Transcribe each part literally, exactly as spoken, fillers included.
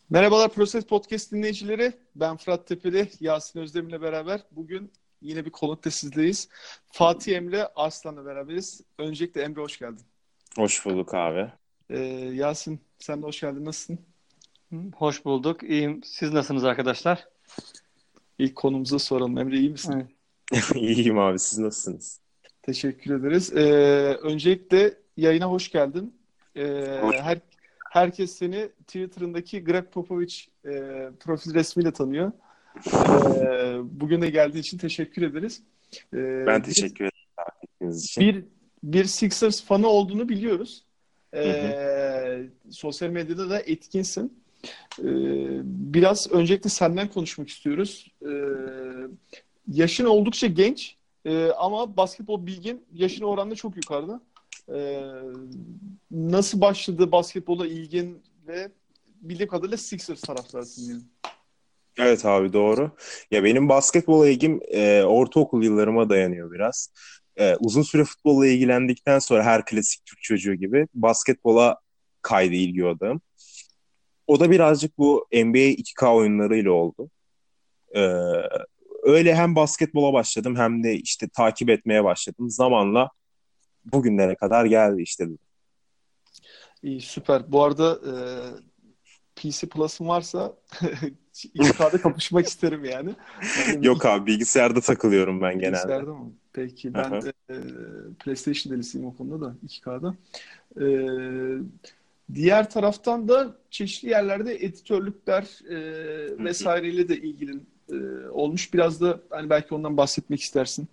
Merhabalar Proses Podcast dinleyicileri. Ben Fırat Tepeli, Yasin Özdemir'le beraber bugün yine bir konukta sizdeyiz. Fatih Emre Arslan'la beraberiz. Öncelikle Emre hoş geldin. Hoş bulduk abi. Ee, Yasin sen de hoş geldin. Nasılsın? Hoş bulduk. İyiyim. Siz nasılsınız arkadaşlar? İlk konumuza soralım. Emre iyi misin? Evet. İyiyim abi, siz nasılsınız? Teşekkür ederiz. Ee, öncelikle yayına hoş geldin. Ee, Hoş her Herkes seni Twitter'ındaki Greg Popovich e, profil resmiyle tanıyor. Ee, bugün de geldiği için teşekkür ederiz. Ee, Ben bir teşekkür ederim davet ettiğiniz için. Bir bir Sixers fanı olduğunu biliyoruz. Hı hı. Ee, sosyal medyada da etkinsin. Ee, biraz öncelikle senden konuşmak istiyoruz. Ee, yaşın oldukça genç ee, ama basketbol bilgin yaşına oranla çok yukarıda. Ee, nasıl başladı basketbola ilgin ve bildiğim kadarıyla Sixers taraftarısın yani. Evet abi, doğru. Ya benim basketbola ilgim e, ortaokul yıllarıma dayanıyor biraz. E, uzun süre futbolla ilgilendikten sonra her klasik Türk çocuğu gibi basketbola kaydı ilgi odağım. O da birazcık bu N B A iki K oyunlarıyla oldu. E, Öyle hem basketbola başladım hem de işte takip etmeye başladım. Zamanla bugünlere kadar geldi işte. İyi, süper. Bu arada e, P C Plus'ın varsa iki K'da kapışmak isterim yani. Ben de bir Yok abi, bilgisayarda takılıyorum ben genelde. bilgisayarda mı? Peki ben Aha. de e, PlayStation delisiyim o konuda da iki K'da. E, diğer taraftan da çeşitli yerlerde editörlükler e, Hı hı. vesaireyle de ilgilin e, olmuş. Biraz da hani belki ondan bahsetmek istersin.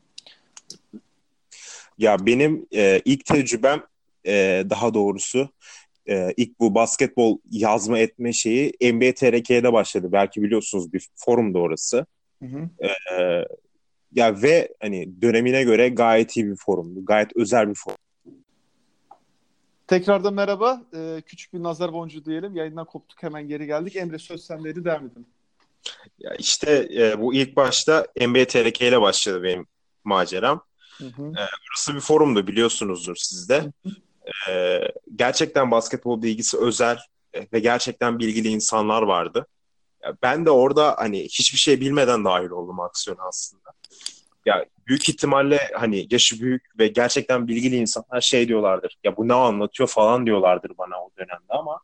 Ya benim e, ilk tecrübem, e, daha doğrusu e, ilk bu basketbol yazma etme şeyi N B A T R K'de başladı. Belki biliyorsunuz, bir forumdu orası. Hı hı. E, Ya ve hani dönemine göre gayet iyi bir forumdu. Gayet özel bir forum. Tekrardan merhaba. E, küçük bir nazar boncuğu diyelim. Yayından koptuk, hemen geri geldik. Emre söz sendeydi, devam edelim. Ya işte e, bu ilk başta N B A T R K ile başladı benim maceram. Hı hı. E, Burası bir forumdu, biliyorsunuzdur siz de. Hı hı. E, Gerçekten basketbol bilgisi özel e, ve gerçekten bilgili insanlar vardı. Ya ben de orada hani hiçbir şey bilmeden dahil oldum aksiyona aslında. Ya büyük ihtimalle hani yaşı büyük ve gerçekten bilgili insanlar şey diyorlardır. Ya bu ne anlatıyor falan diyorlardır bana o dönemde, ama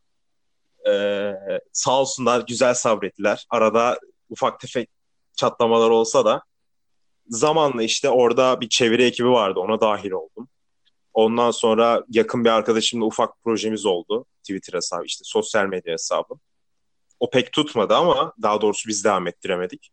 e, sağ olsunlar, güzel sabrettiler. Arada ufak tefek çatlamalar olsa da zamanla işte orada bir çeviri ekibi vardı. Ona dahil oldum. Ondan sonra yakın bir arkadaşımla ufak projemiz oldu. Twitter hesabı, işte sosyal medya hesabı. O pek tutmadı, ama daha doğrusu biz devam ettiremedik.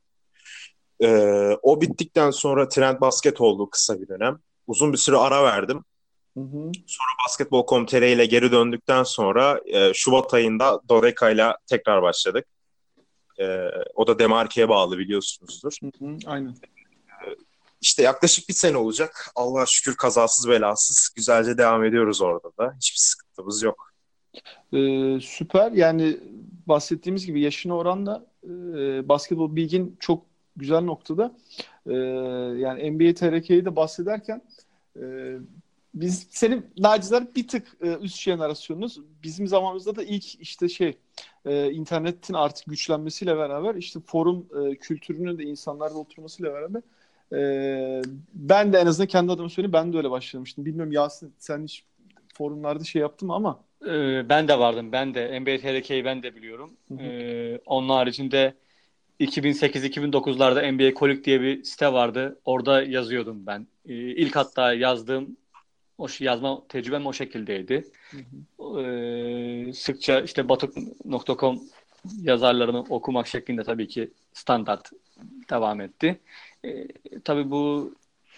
Ee, o bittikten sonra Trend Basket oldu kısa bir dönem. Uzun bir süre ara verdim. Hı hı. Sonra basketbol nokta com nokta tr ile geri döndükten sonra e, Şubat ayında Dodeka ile tekrar başladık. E, O da Demarke'ye bağlı, biliyorsunuzdur. Hı hı. Aynen. İşte yaklaşık bir sene olacak. Allah'a şükür kazasız belasız güzelce devam ediyoruz orada da. Hiçbir sıkıntımız yok. Ee, süper. Yani bahsettiğimiz gibi yaşına oranla e, basketbol bilgin çok güzel noktada. Ee, yani N B A T R K'yi de bahsederken e, biz senin nacizler bir tık e, üst jenerasyonunuz. Bizim zamanımızda da ilk işte şey e, internetin artık güçlenmesiyle beraber işte forum e, kültürünün de insanlarda oturmasıyla beraber e, ben de en azından kendi adıma söyleyeyim, ben de öyle başlamıştım. Bilmiyorum Yasin, sen hiç forumlarda şey yaptın mı ama. Ee, ben de vardım. Ben de N B A T R K'yi ben de biliyorum. Hı hı. Ee, onun haricinde iki bin sekiz-iki bin dokuzlarda N B A Kolik diye bir site vardı. Orada yazıyordum ben. Ee, ilk hatta yazdığım o şey- yazma tecrübem o şekildeydi. Hı hı. Ee, sıkça işte batuk nokta com yazarlarını okumak şeklinde tabii ki standart devam etti. Ee, tabii bu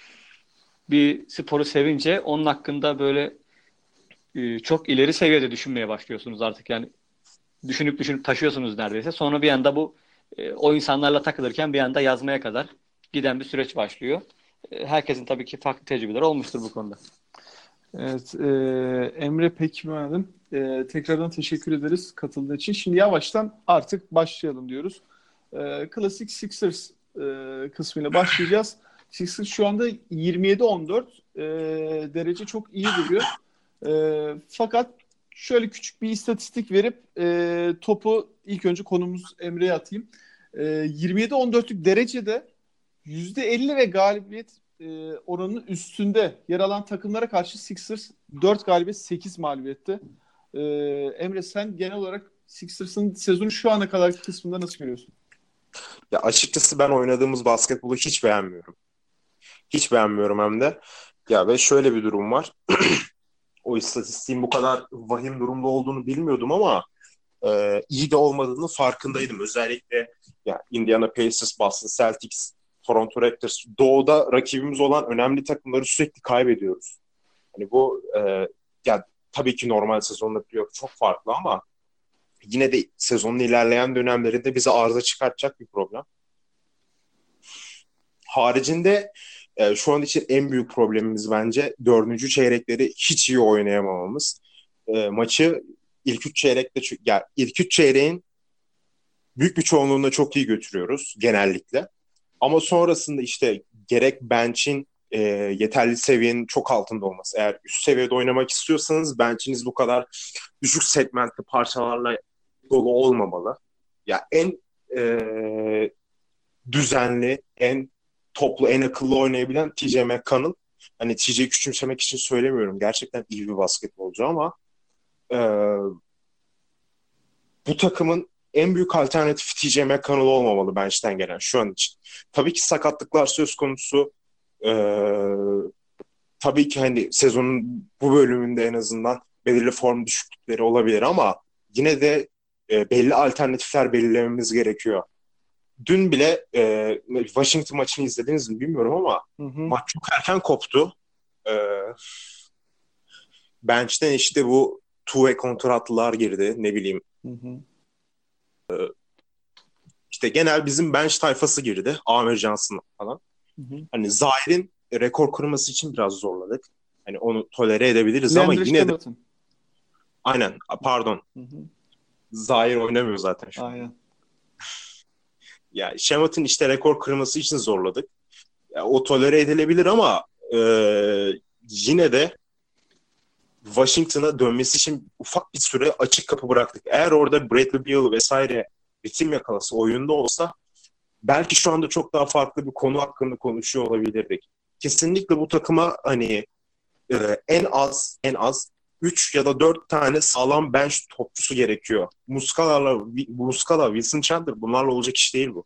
bir sporu sevince onun hakkında böyle e, çok ileri seviyede düşünmeye başlıyorsunuz artık. Yani düşünüp düşünüp taşıyorsunuz neredeyse. Sonra bir anda bu e, o insanlarla takılırken bir anda yazmaya kadar giden bir süreç başlıyor. E, herkesin tabii ki farklı tecrübeleri olmuştur bu konuda. Evet, e, Emre Pekmen'im. E, tekrardan teşekkür ederiz katıldığın için. Şimdi yavaştan artık başlayalım diyoruz. E, klasik Sixers e, kısmıyla başlayacağız. Sixers şu anda yirmi yedi on dört e, derece çok iyi duruyor. E, fakat şöyle küçük bir istatistik verip e, topu ilk önce konumuz Emre'ye atayım. E, yirmi yedi on dörtlük derecede yüzde elli ve galibiyet e, oranının üstünde yer alan takımlara karşı Sixers dört galibiyet sekiz mağlubiyette. E, Emre, sen genel olarak Sixers'ın sezonu şu ana kadarki kısmında nasıl görüyorsun? Ya açıkçası ben oynadığımız basketbolu hiç beğenmiyorum. Hiç beğenmiyorum hem de. Ya ve şöyle bir durum var. O istatistiğin bu kadar vahim durumda olduğunu bilmiyordum ama e, iyi de olmadığını farkındaydım. Özellikle ya Indiana Pacers, Boston Celtics, Toronto Raptors, doğuda rakibimiz olan önemli takımları sürekli kaybediyoruz. Hani bu e, ya tabii ki normal sezonla playoff çok farklı ama yine de sezonun ilerleyen dönemlerinde bize arıza çıkartacak bir problem. Haricinde e, şu an için en büyük problemimiz bence dördüncü çeyrekleri hiç iyi oynayamamamız. E, maçı ilk üç çeyrekte yani ilk üç çeyreğin büyük bir çoğunluğunda çok iyi götürüyoruz genellikle. Ama sonrasında işte gerek bench'in e, yeterli seviyenin çok altında olması. Eğer üst seviyede oynamak istiyorsanız bench'iniz bu kadar düşük segmentli parçalarla dolu olmamalı. Ya en e, düzenli, en toplu, en akıllı oynayabilen T J McConnell. Hani T J'yi küçümsemek için söylemiyorum. Gerçekten iyi bir basketbolcu ama e, bu takımın en büyük alternatifi T J McConnell olmamalı bench'ten gelen şu an için. Tabii ki sakatlıklar söz konusu. E, tabii ki hani sezonun bu bölümünde en azından belirli form düşüklükleri olabilir ama yine de e, belli alternatifler belirlememiz gerekiyor. Dün bile e, Washington maçını izlediniz mi bilmiyorum ama Hı hı. maç çok erken koptu. E, bench'ten işte bu two-way kontratlılar girdi. Ne bileyim. Hı hı. İşte genel bizim bench tayfası girdi. Amir Johnson falan. Hı hı. Hani Zahir'in rekor kırması için biraz zorladık. Hani onu tolere edebiliriz ama Landry yine de Shamet. aynen pardon. Hı hı. Zahir oynamıyor zaten şu an. Aynen. Ya Shamet'in işte rekor kırması için zorladık. Ya, o tolere edilebilir ama e, yine de Washington'a dönmesi için ufak bir süre açık kapı bıraktık. Eğer orada Bradley Beal vesaire ritim yakalası oyunda olsa belki şu anda çok daha farklı bir konu hakkında konuşuyor olabilirdik. Kesinlikle bu takıma hani e, en az en az üç ya da dört tane sağlam bench topçusu gerekiyor. Muscala'la Muscala, Wilson Chandler bunlarla olacak iş değil bu.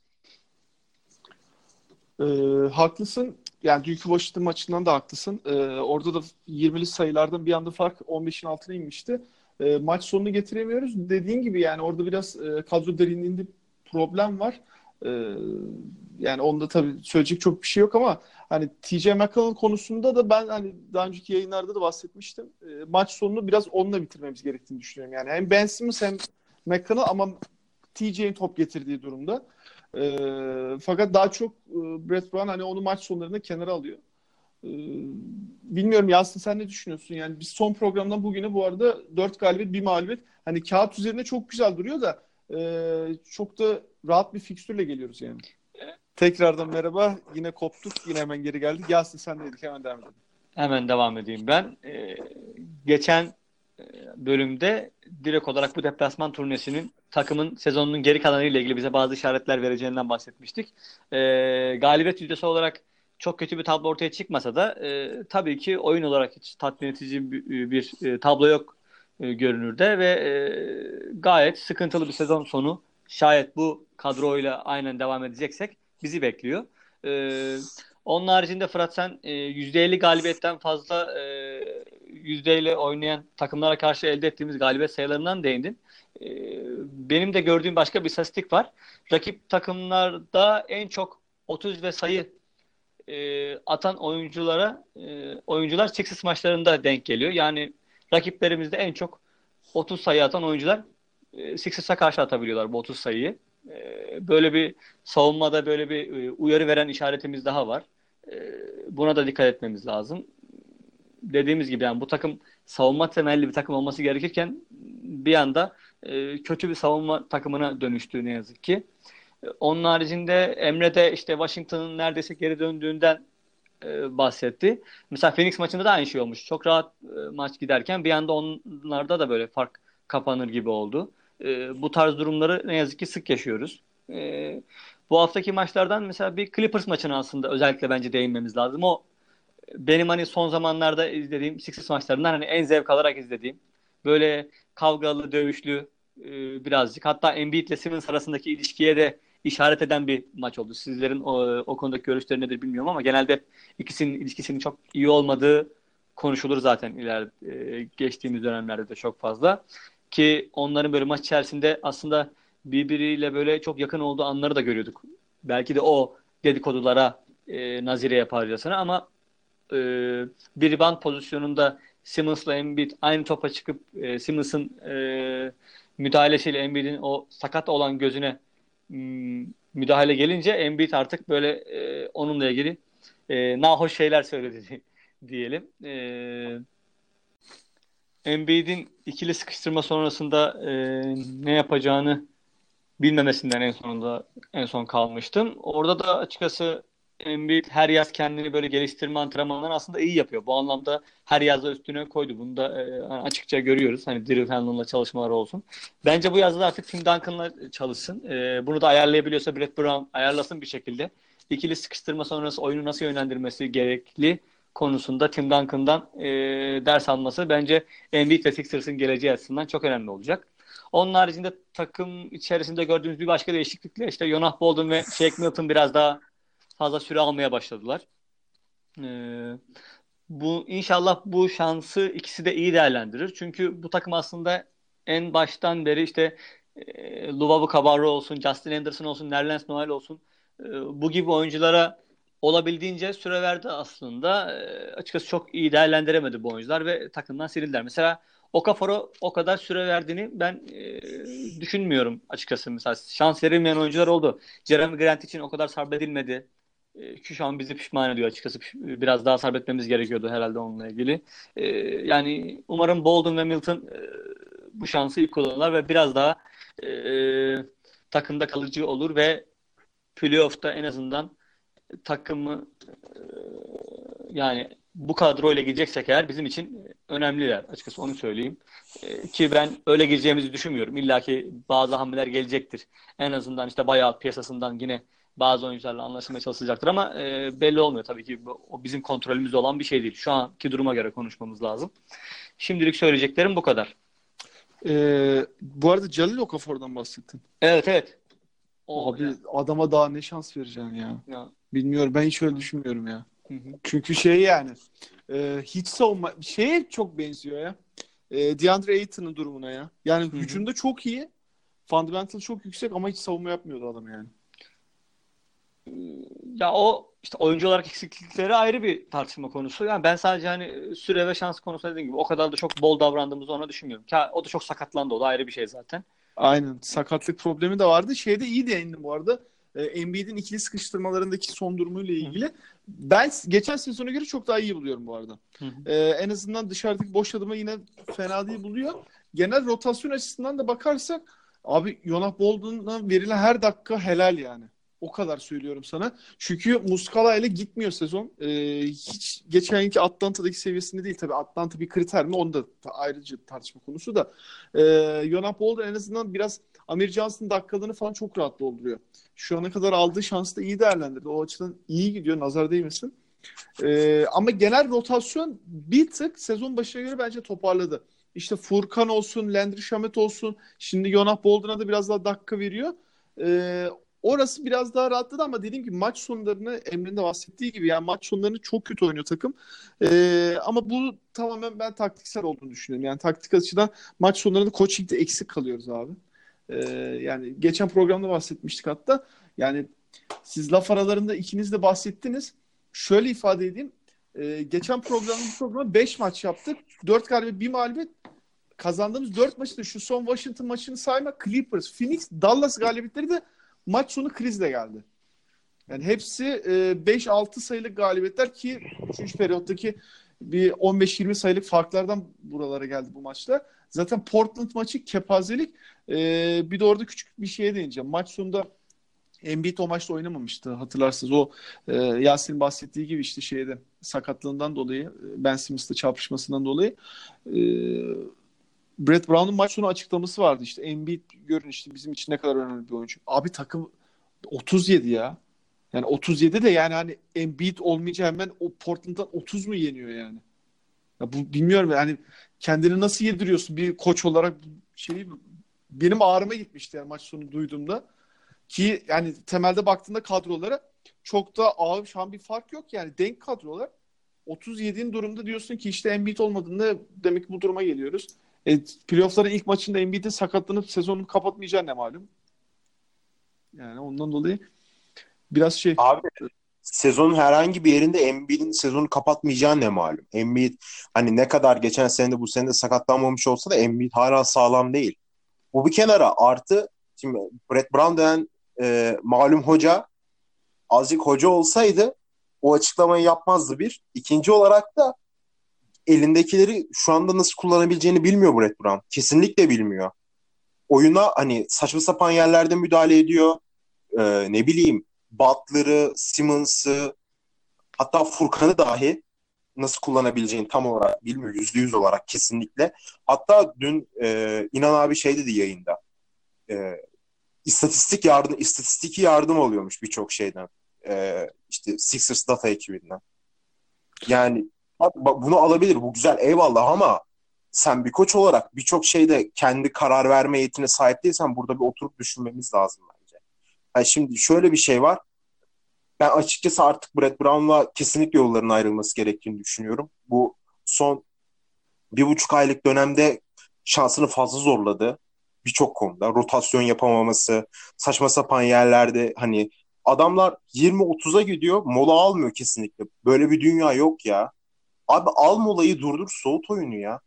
Ee, haklısın. Yani dünkü Washington maçından da haklısın. Ee, orada da yirmili sayılardan bir anda fark on beşin altına inmişti. Ee, maç sonunu getiremiyoruz. Dediğin gibi yani orada biraz e, kadro derinliğinde problem var. Ee, yani onda tabii söyleyecek çok bir şey yok ama hani T J McConnell konusunda da ben hani daha önceki yayınlarda da bahsetmiştim. Ee, maç sonunu biraz onunla bitirmemiz gerektiğini düşünüyorum. Yani hem Ben Simmons hem McConnell ama T J'nin top getirdiği durumda. E, fakat daha çok e, Brett Brown hani onu maç sonlarında kenara alıyor. E, bilmiyorum Yasin, sen ne düşünüyorsun? Yani biz son programdan bugüne bu arada dört galibiyet bir mağlubiyet. Hani kağıt üzerinde çok güzel duruyor da e, çok da rahat bir fikstürle geliyoruz yani. Tekrardan merhaba. Yine koptuk. Yine hemen geri geldik. Yasin sendeydik. Hemen devam edelim. Hemen devam edeyim ben. Ee, geçen e, bölümde direkt olarak bu deplasman turnesinin takımın sezonunun geri kalanıyla ilgili bize bazı işaretler vereceğinden bahsetmiştik. Ee, galibiyet yüzdesi olarak çok kötü bir tablo ortaya çıkmasa da e, tabii ki oyun olarak hiç tatmin edici bir, bir e, tablo yok e, görünürde ve e, gayet sıkıntılı bir sezon sonu şayet bu kadroyla aynen devam edeceksek bizi bekliyor. E, onun haricinde Fırat sen e, yüzde elli galibiyetten fazla e, yüzdeyle oynayan takımlara karşı elde ettiğimiz galibiyet sayılarından değindin. E, benim de gördüğüm başka bir istatistik var. Rakip takımlarda en çok otuz ve sayı e, atan oyunculara e, oyuncular Sixers maçlarında denk geliyor. Yani rakiplerimizde en çok otuz sayı atan oyuncular e, Sixers'a karşı atabiliyorlar bu otuz sayıyı. E, böyle bir savunmada böyle bir e, uyarı veren işaretimiz daha var. E, buna da dikkat etmemiz lazım. Dediğimiz gibi yani bu takım savunma temelli bir takım olması gerekirken bir anda e, kötü bir savunma takımına dönüştü ne yazık ki. Onun haricinde Emre de işte Washington'ın neredeyse geri döndüğünden e, bahsetti. Mesela Phoenix maçında da aynı şey olmuş. Çok rahat e, maç giderken bir anda onlarda da böyle fark kapanır gibi oldu. E, bu tarz durumları ne yazık ki sık yaşıyoruz. E, bu haftaki maçlardan mesela bir Clippers maçına aslında özellikle bence değinmemiz lazım. O benim hani son zamanlarda izlediğim Sixers maçlarından hani en zevk alarak izlediğim böyle kavgalı, dövüşlü e, birazcık hatta Embiid ile Simmons arasındaki ilişkiye de işaret eden bir maç oldu. Sizlerin o, o konudaki görüşleri nedir bilmiyorum ama genelde ikisinin ilişkisinin çok iyi olmadığı konuşulur zaten iler e, geçtiğimiz dönemlerde de çok fazla. Ki onların böyle maç içerisinde aslında birbiriyle böyle çok yakın olduğu anları da görüyorduk. Belki de o dedikodulara e, nazire yaparcasına ama e, bir rebound pozisyonunda Simmons'la Embiid aynı topa çıkıp e, Simmons'ın e, müdahalesiyle Embiid'in o sakat olan gözüne m, müdahale gelince Embiid artık böyle e, onunla ilgili e, nahoş şeyler söyledi diyelim. E, Embiid'in ikili sıkıştırma sonrasında e, ne yapacağını bilmemesinden en sonunda en son kalmıştım. Orada da açıkçası Embiid her yaz kendini böyle geliştirme antrenmanlarını aslında iyi yapıyor. Bu anlamda her yazda üstüne koydu. Bunu da e, açıkça görüyoruz. Hani Drew Hanlon'la çalışmaları olsun. Bence bu yazda artık Tim Duncan'la çalışsın. E, bunu da ayarlayabiliyorsa Brett Brown ayarlasın bir şekilde. İkili sıkıştırma sonrası oyunu nasıl yönlendirmesi gerekli konusunda Tim Duncan'dan e, ders alması bence Embiid ve Sixers'ın geleceği açısından çok önemli olacak. Onun haricinde takım içerisinde gördüğümüz bir başka değişiklikle işte Jonas Bolden ve Shake Milton biraz daha fazla süre almaya başladılar. Ee, bu inşallah bu şansı ikisi de iyi değerlendirir. Çünkü bu takım aslında en baştan beri işte e, Luvavu Cabarro olsun, Justin Anderson olsun, Nerlens Noel olsun e, bu gibi oyunculara olabildiğince süre verdi aslında. E, açıkçası çok iyi değerlendiremedi bu oyuncular ve takımdan silindiler. Mesela Okafor'a o kadar süre verdiğini ben e, düşünmüyorum açıkçası. Mesela şans verilmeyen oyuncular oldu. Jeremy Grant için o kadar sarf edilmedi. E, ki şu an bizi pişman ediyor açıkçası. Biraz daha sarf etmemiz gerekiyordu herhalde onunla ilgili. E, yani umarım Bolden ve Milton e, bu şansı iyi kullanırlar ve biraz daha e, takımda kalıcı olur ve playoff'ta en azından takımı e, yani bu kadroyla gideceksek eğer bizim için önemliler. Açıkçası onu söyleyeyim. E, ki ben öyle gireceğimizi düşünmüyorum. İlla ki bazı hamleler gelecektir. En azından işte bayağı piyasasından yine bazı oyuncularla anlaşmaya çalışacaktır ama e, belli olmuyor tabii ki. O bizim kontrolümüzde olan bir şey değil. Şu anki duruma göre konuşmamız lazım. Şimdilik söyleyeceklerim bu kadar. Ee, bu arada Jalil Okafor'dan bahsettin. Evet evet. O, Abi ya. adama daha ne şans vereceksin ya. Ya. Bilmiyorum, ben hiç öyle düşünmüyorum ya. Hı hı. Çünkü şey yani e, hiç savunma şeye çok benziyor ya. E, DeAndre Ayton'un durumuna ya. Yani Hı hı. hücumda çok iyi. Fundamental çok yüksek ama hiç savunma yapmıyordu adam yani. Ya o işte oyuncu olarak eksiklikleri ayrı bir tartışma konusu. Yani ben sadece hani süre ve şans konusunda dediğim gibi o kadar da çok bol davrandığımızı ona düşünmüyorum. Ya, o da çok sakatlandı. O da ayrı bir şey zaten. Aynen. Sakatlık problemi de vardı. Şeyde iyi değindim bu arada. E, Embiid'in ikili sıkıştırmalarındaki son durumuyla ilgili. Hı. Ben geçen sezona göre çok daha iyi buluyorum bu arada. E, en azından dışarıdaki boş adımı yine fena değil buluyor. Genel rotasyon açısından da bakarsak abi Jonas Bolden'a verilen her dakika helal yani. O kadar söylüyorum sana. Çünkü Muscala ile gitmiyor sezon. Ee, hiç geçen yılki Atlanta'daki seviyesinde değil. Tabii Atlanta bir kriter mi? Onu da ayrıca tartışma konusu da. Ee, Jonas Bolden en azından biraz Amir Johnson'ın dakikalarını falan çok rahat dolduruyor. Şu ana kadar aldığı şansı da iyi değerlendirdi. O açıdan iyi gidiyor. Nazar değmesin. Ee, ama genel rotasyon bir tık sezon başına göre bence toparladı. İşte Furkan olsun, Landry Shamet olsun. Şimdi Jonas Bolden'a da biraz daha dakika veriyor. Ee, orası biraz daha rahatladı ama dediğim gibi maç sonlarını Emre'nin de bahsettiği gibi yani maç sonlarını çok kötü oynuyor takım. Ee, ama bu tamamen ben taktiksel olduğunu düşünüyorum. Yani taktik açıdan maç sonlarında coaching'de eksik kalıyoruz abi. Ee, yani geçen programda bahsetmiştik hatta. Yani siz laf aralarında ikiniz de bahsettiniz. Şöyle ifade edeyim. Ee, geçen programda bu programa beş maç yaptık. dört galibiyet, bir mağlubiyet. Kazandığımız dört maçı da şu son Washington maçını sayma. Clippers, Phoenix, Dallas galibiyetleri de maç sonu krizle geldi. Yani hepsi e, beş altı sayılık galibiyetler ki üçüncü periyottaki bir on beş yirmi sayılık farklardan buralara geldi bu maçta. Zaten Portland maçı kepazelik. E, bir de orada küçük bir şeye değineceğim. Maç sonunda Embiid o maçta oynamamıştı hatırlarsınız. O e, Yasin'in bahsettiği gibi işte şeyde sakatlığından dolayı, e, Ben Simmons'la çarpışmasından dolayı e, Brett Brown'un maç sonu açıklaması vardı işte. Embiid görün işte bizim için ne kadar önemli bir oyuncu. Abi takım otuz yedi ya. Yani otuz yedi de yani hani Embiid olmayınca hemen o Portland'dan otuz mu yeniyor yani? Ya bu bilmiyorum yani kendini nasıl yediriyorsun bir koç olarak şey benim ağrıma gitmişti yani maç sonu duyduğumda. Ki yani temelde baktığında kadrolara çok da ağır şu an bir fark yok yani denk kadrolar. otuz yediğin durumda diyorsun ki işte Embiid olmadığında demek ki bu duruma geliyoruz. E, playoff'ların ilk maçında Embiid'in sakatlanıp sezonunu kapatmayacağı ne malum. Yani ondan dolayı biraz şey. Abi sezonun herhangi bir yerinde Embiid'in sezonu kapatmayacağı ne malum. Embiid hani ne kadar geçen sene de bu sene de sakatlanmamış olsa da Embiid hala sağlam değil. Bu bir kenara artı şimdi Brett Brown denen e, malum hoca azıcık hoca olsaydı o açıklamayı yapmazdı bir. İkinci olarak da elindekileri şu anda nasıl kullanabileceğini bilmiyor Brett Brown. Kesinlikle bilmiyor. Oyuna hani saçma sapan yerlerde müdahale ediyor. Ee, ne bileyim Butler'ı, Simmons'ı hatta Furkan'ı dahi nasıl kullanabileceğini tam olarak bilmiyor. Yüzde yüz olarak kesinlikle. Hatta dün e, İnan abi şey dedi yayında. E, istatistik yardım, istatistiki yardım alıyormuş birçok şeyden. E, işte Sixers data ekibinden. Yani bak, bak bunu alabilir. Bu güzel eyvallah ama sen bir koç olarak birçok şeyde kendi karar verme yetine sahip değilsen burada bir oturup düşünmemiz lazım bence. Yani şimdi şöyle bir şey var. Ben açıkçası artık Brett Brown'la kesinlikle yolların ayrılması gerektiğini düşünüyorum. Bu son bir buçuk aylık dönemde şansını fazla zorladı. Birçok konuda. Rotasyon yapamaması, saçma sapan yerlerde hani adamlar yirmi otuza gidiyor, mola almıyor kesinlikle. Böyle bir dünya yok ya. Abi al molayı durdur, soğut oyunu ya.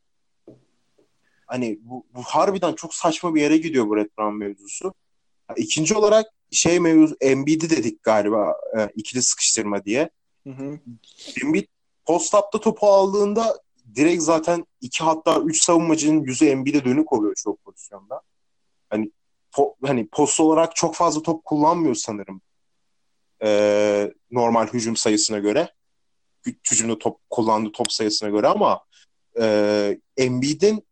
Hani bu, bu harbiden çok saçma bir yere gidiyor Brett Brown mevzusu. İkinci olarak şey mevzu Embiid'i dedik galiba e, ikili sıkıştırma diye. Hı hı. Embiid post-up'ta topu aldığında direkt zaten iki hatta üç savunmacının yüzü Embiid'e dönük oluyor çok pozisyonda. Hani po, hani post olarak çok fazla top kullanmıyor sanırım. E, normal hücum sayısına göre. Hücumda top kullandığı top sayısına göre ama e, Embiid'in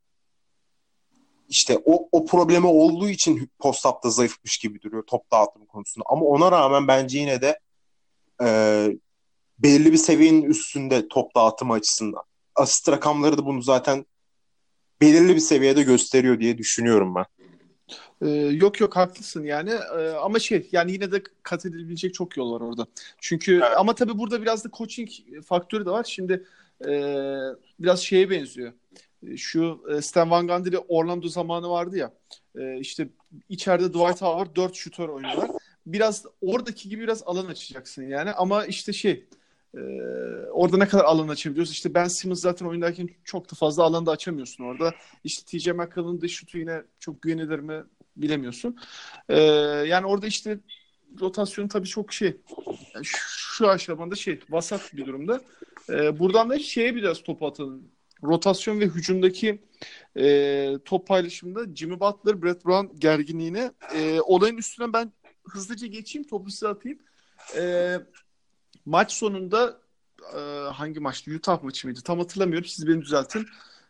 işte o, o problemi olduğu için post-up'ta zayıfmış gibi duruyor top dağıtım konusunda. Ama ona rağmen bence yine de e, belirli bir seviyenin üstünde top dağıtımı açısından. Asist rakamları da bunu zaten belirli bir seviyede gösteriyor diye düşünüyorum ben. Ee, yok yok haklısın yani. Ee, ama şey yani yine de kat edilebilecek çok yol var orada. Çünkü Evet. ama tabii burada biraz da coaching faktörü de var. Şimdi e, biraz şeye benziyor. E, Şu e, Stan Van Gundy'de Orlando zamanı vardı ya. E, işte içeride Dwight Howard dört şutör oynuyorlar. Biraz oradaki gibi biraz alan açacaksın yani. Ama işte şey e, orada ne kadar alan açabiliyoruz? İşte Ben Simmons zaten oyundayken çok da fazla alanda açamıyorsun orada. İşte T J McConnell'ın da şutu yine çok güvenilir mi bilemiyorsun. Ee, yani orada işte rotasyon tabii çok şey yani şu, şu aşamada şey vasat bir durumda. Ee, buradan da şeye biraz topu atalım. Rotasyon ve hücumdaki e, top paylaşımında Jimmy Butler, Brett Brown gerginliğine e, olayın üstüne ben hızlıca geçeyim topu size atayım. E, maç sonunda e, hangi maçtı? Utah maçı mıydı? Tam hatırlamıyorum. Siz beni düzeltin.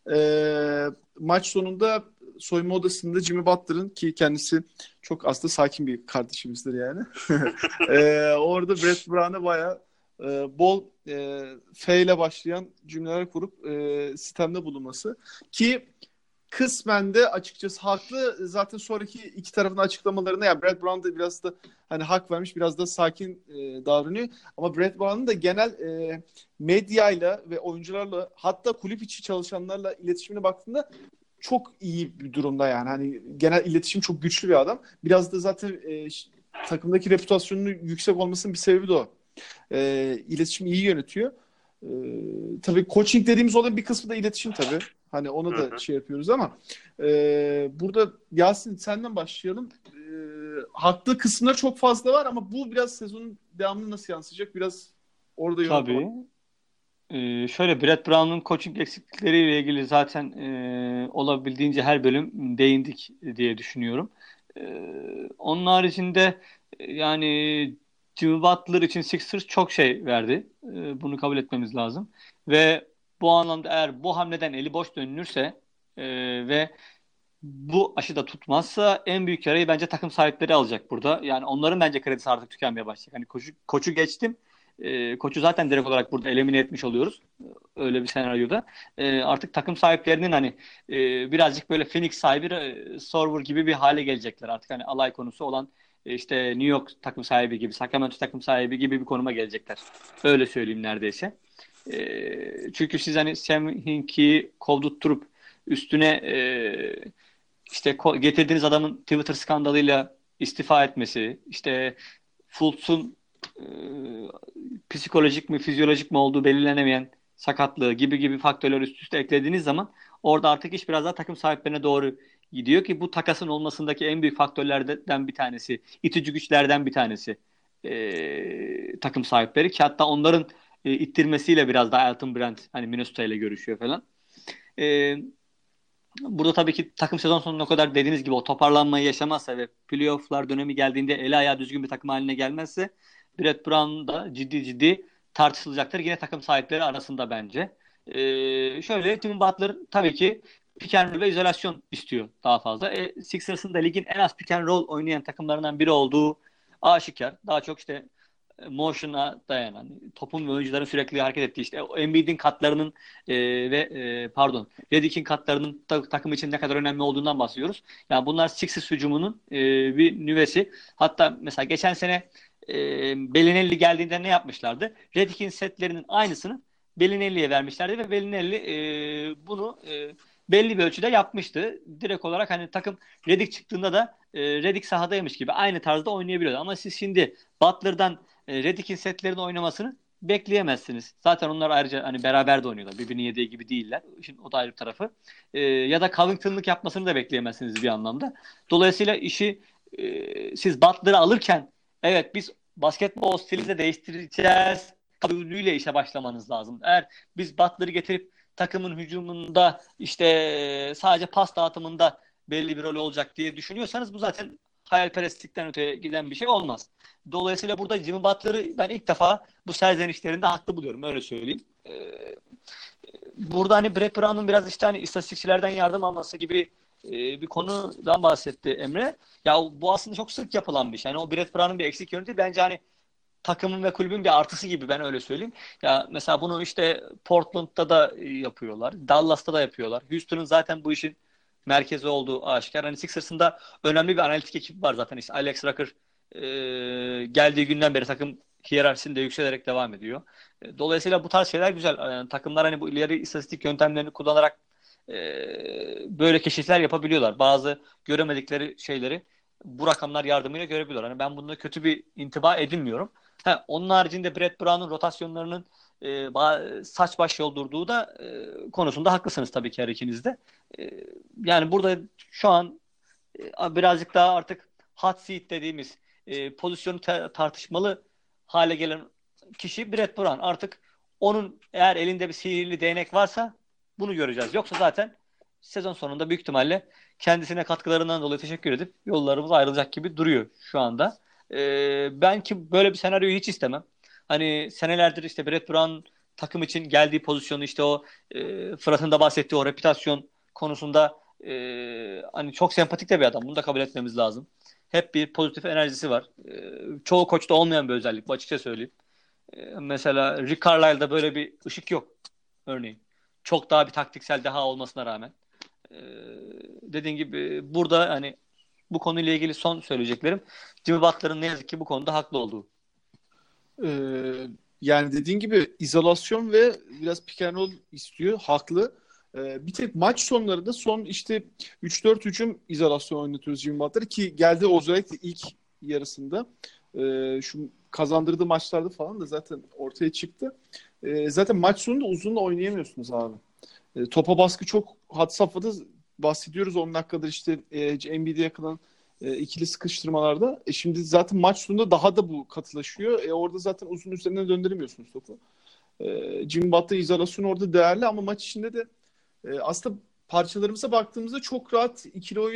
E, maç sonunda soyunma odasında Jimmy Butler'ın ki kendisi çok aslında sakin bir kardeşimizdir yani. e, orada Brett Brown'a bayağı e, bol e, F ile başlayan cümleler kurup e, sistemde bulunması ki kısmen de açıkçası haklı. Zaten sonraki iki tarafın açıklamalarına ya Brett Brown da biraz da hani hak vermiş, biraz da sakin e, davranıyor. Ama Brett Brown'un da genel e, medyayla ve oyuncularla hatta kulüp içi çalışanlarla iletişimine baktığında çok iyi bir durumda yani. Hani genel iletişim çok güçlü bir adam. Biraz da zaten e, takımdaki reputasyonunun yüksek olmasının bir sebebi de o. E, iletişimi iyi yönetiyor. E, tabii coaching dediğimiz olan bir kısmı da iletişim tabii. Hani onu da şey yapıyoruz ama e, burada Yasin senden başlayalım. E, haklı kısımlar çok fazla var ama bu biraz sezonun devamını nasıl yansıyacak? Biraz orada yorum Tabii. Ee, şöyle Brett Brown'un coaching eksiklikleriyle ilgili zaten e, olabildiğince her bölüm değindik diye düşünüyorum. Ee, onun haricinde e, yani Jimmy Butler için Sixers çok şey verdi. Ee, bunu kabul etmemiz lazım. Ve bu anlamda eğer bu hamleden eli boş dönülürse e, ve bu aşı da tutmazsa en büyük yarayı bence takım sahipleri alacak burada. Yani onların bence kredisi artık tükenmeye başlayacak. Hani koçu, koçu geçtim. Ee, koçu zaten direkt olarak burada elimine etmiş oluyoruz. Öyle bir senaryoda. Ee, artık takım sahiplerinin hani e, birazcık böyle Phoenix sahibi e, Server gibi bir hale gelecekler. Artık hani alay konusu olan e, işte New York takım sahibi gibi, Sacramento takım sahibi gibi bir konuma gelecekler. Öyle söyleyeyim neredeyse. E, çünkü siz hani Sam Hinkie kovdurtturup üstüne e, işte ko- getirdiğiniz adamın Twitter skandalıyla istifa etmesi, işte Fultz'un e, psikolojik mi, fizyolojik mi olduğu belirlenemeyen sakatlığı gibi gibi faktörler üst üste eklediğiniz zaman orada artık iş biraz daha takım sahiplerine doğru gidiyor ki bu takasın olmasındaki en büyük faktörlerden bir tanesi, itici güçlerden bir tanesi e, takım sahipleri ki hatta onların e, ittirmesiyle biraz daha Elton Brand hani Minnesota ile görüşüyor falan. E, Burada tabii ki takım sezon sonuna kadar dediğiniz gibi o toparlanmayı yaşamazsa ve playofflar dönemi geldiğinde eli ayağı düzgün bir takım haline gelmezse Brett Brown da ciddi ciddi tartışılacaktır. Yine takım sahipleri arasında bence. Ee, şöyle Jimmy Butler tabii ki pick and roll ve izolasyon istiyor daha fazla. E, Sixers'ın da ligin en az pick and roll oynayan takımlarından biri olduğu aşikar. Daha çok işte e, motion'a dayanan, topun ve oyuncuların sürekli hareket ettiği işte o Embiid'in katlarının e, ve e, pardon Redick'in katlarının ta- takım için ne kadar önemli olduğundan bahsediyoruz. Yani bunlar Sixers hücumunun e, bir nüvesi. Hatta mesela geçen sene e, Bellinelli geldiğinde ne yapmışlardı? Redick'in setlerinin aynısını Bellinelli'ye vermişlerdi ve Bellinelli e, bunu e, belli bir ölçüde yapmıştı. Direkt olarak hani takım Redick çıktığında da e, Redick sahadaymış gibi aynı tarzda oynayabiliyordu. Ama siz şimdi Butler'dan e, Redick'in setlerini oynamasını bekleyemezsiniz. Zaten onlar ayrıca hani beraber de oynuyorlar. Birbirini yediği gibi değiller. İşin o da ayrı bir tarafı. E, ya da Covington'lık yapmasını da bekleyemezsiniz bir anlamda. Dolayısıyla işi e, siz Butler'ı alırken evet biz basketbol stilini de değiştireceğiz kabulüyle işe başlamanız lazım. Eğer biz Butler'ı getirip takımın hücumunda işte e, sadece pas dağıtımında belli bir rol olacak diye düşünüyorsanız bu zaten hayalperestlikten öteye giden bir şey olmaz. Dolayısıyla burada Jimmy Butler'ı ben ilk defa bu serzenişlerinde haklı buluyorum. Öyle söyleyeyim. Ee, burada hani Brett Brown'un biraz işte hani istatistikçilerden yardım alması gibi e, bir konudan bahsetti Emre. Ya bu aslında çok sık yapılan bir şey. Yani o Brett Brown'un bir eksik yönü değil. Bence hani takımın ve kulübün bir artısı gibi ben öyle söyleyeyim. Ya mesela bunu işte Portland'da da yapıyorlar. Dallas'ta da yapıyorlar. Houston'ın zaten bu işin merkezi olduğu aşikar. Hani Sixers'ın da önemli bir analitik ekibi var zaten. İşte Alex Rucker e, geldiği günden beri takım hiyerarşisinde yükselerek devam ediyor. E, dolayısıyla bu tarz şeyler güzel. Yani takımlar hani bu ileri istatistik yöntemlerini kullanarak e, böyle keşifler yapabiliyorlar. Bazı göremedikleri şeyleri bu rakamlar yardımıyla görebiliyorlar. Hani ben bunda kötü bir intiba edinmiyorum. Ha, onun haricinde Brett Brown'un rotasyonlarının e, ba- saç baş yoldurduğu da e, konusunda haklısınız tabii ki her ikiniz de. E, yani burada şu an e, birazcık daha artık hot seat dediğimiz e, pozisyonu ta- tartışmalı hale gelen kişi Brett Brown. Artık onun eğer elinde bir sihirli değnek varsa bunu göreceğiz. Yoksa zaten sezon sonunda büyük ihtimalle kendisine katkılarından dolayı teşekkür edip yollarımız ayrılacak gibi duruyor şu anda. Ee, ben ki böyle bir senaryoyu hiç istemem. Hani senelerdir işte Brett Brown takım için geldiği pozisyonu işte o e, Fırat'ın da bahsettiği o reputasyon konusunda e, hani çok sempatik de bir adam. Bunu da kabul etmemiz lazım. Hep bir pozitif enerjisi var. E, çoğu koçta olmayan bir özellik bu açıkça söyleyeyim. E, mesela Rick Carlisle'da böyle bir ışık yok örneğin. Çok daha bir taktiksel deha olmasına rağmen. E, dediğin gibi burada hani bu konuyla ilgili son söyleyeceklerim Jimmy Butler'ın ne yazık ki bu konuda haklı olduğu. Ee, yani dediğin gibi izolasyon ve biraz pick and roll istiyor. Haklı. Ee, bir tek maç sonlarında son işte üç dört hücum izolasyon oynatıyoruz Jimmy Butler'ı ki geldi özellikle ilk yarısında. Ee, şu kazandırdığı maçlarda falan da zaten ortaya çıktı. Ee, zaten maç sonunda uzun da oynayamıyorsunuz abi. Ee, topa baskı çok had safhada bahsediyoruz on dakikadır işte e, N B A'de yakılan e, ikili sıkıştırmalarda. E şimdi zaten maç sonunda daha da bu katılaşıyor. E orada zaten uzun üzerinden döndüremiyorsunuz topu. E, Jimmy Butler izolasyonu orada değerli ama maç içinde de e, aslında parçalarımıza baktığımızda çok rahat ikili oyun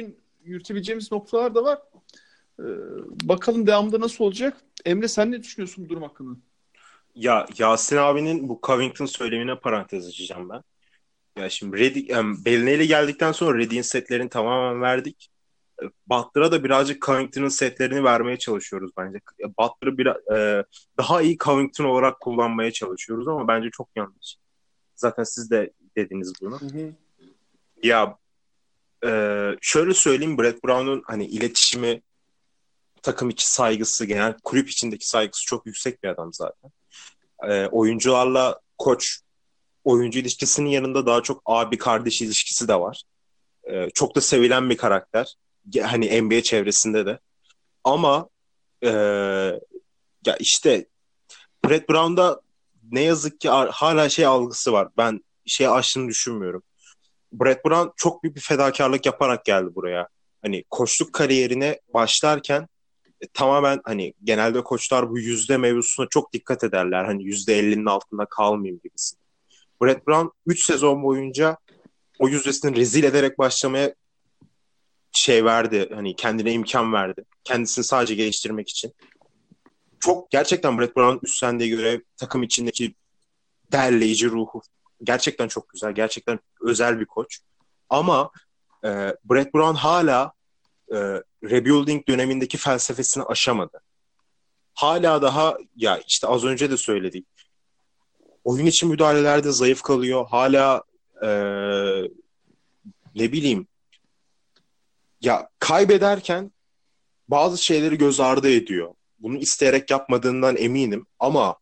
yürütebileceğimiz noktalar da var. Ee, bakalım devamında nasıl olacak? Emre sen ne düşünüyorsun bu durum hakkında? Ya Yasin abinin bu Covington söylemine parantez açacağım ben. Ya şimdi Redick, um, Belinelli geldikten sonra Redick'in setlerini tamamen verdik. E, Butler'a da birazcık Covington'ın setlerini vermeye çalışıyoruz bence. E, Butler'ı biraz, e, daha iyi Covington olarak kullanmaya çalışıyoruz ama bence çok yanlış. Zaten siz de dediniz bunu. Hı hı. Ya e, şöyle söyleyeyim, Brett Brown'un hani iletişimi, takım içi saygısı, genel kulüp içindeki saygısı çok yüksek bir adam zaten. E, oyuncularla koç oyuncu ilişkisinin yanında daha çok abi kardeş ilişkisi de var. E, çok da sevilen bir karakter. Hani N B A çevresinde de. Ama e, ya işte Brett Brown'da ne yazık ki hala şey algısı var. Ben şey aştığını düşünmüyorum. Brett Brown çok büyük bir fedakarlık yaparak geldi buraya. Hani koçluk kariyerine başlarken e, tamamen hani genelde koçlar bu yüzde mevzusuna çok dikkat ederler. Hani yüzde ellinin altında kalmayayım gibisi. Brett Brown üç sezon boyunca o yüzdesini rezil ederek başlamaya şey verdi. Hani kendine imkan verdi. Kendisini sadece geliştirmek için. Çok gerçekten Brett Brown'un üstlendiği görev, takım içindeki derleyici ruhu gerçekten çok güzel. Gerçekten özel bir koç. Ama e, Brett Brown hala e, rebuilding dönemindeki felsefesini aşamadı. Hala daha ya işte az önce de söyledik. Oyun içi müdahalelerde zayıf kalıyor. Hala e, ne bileyim ya kaybederken bazı şeyleri göz ardı ediyor. Bunu isteyerek yapmadığından eminim ama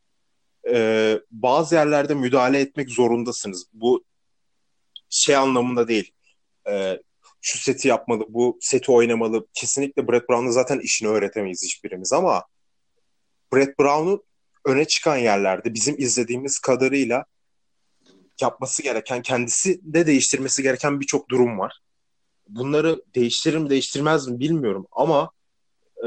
e, bazı yerlerde müdahale etmek zorundasınız. Bu şey anlamında değil. E, şu seti yapmalı, bu seti oynamalı. Kesinlikle Brett Brown'a zaten işini öğretemeyiz hiçbirimiz ama Brett Brown'un öne çıkan yerlerde bizim izlediğimiz kadarıyla yapması gereken, kendisi de değiştirmesi gereken birçok durum var. Bunları değiştirir mi değiştirmez mi bilmiyorum ama e,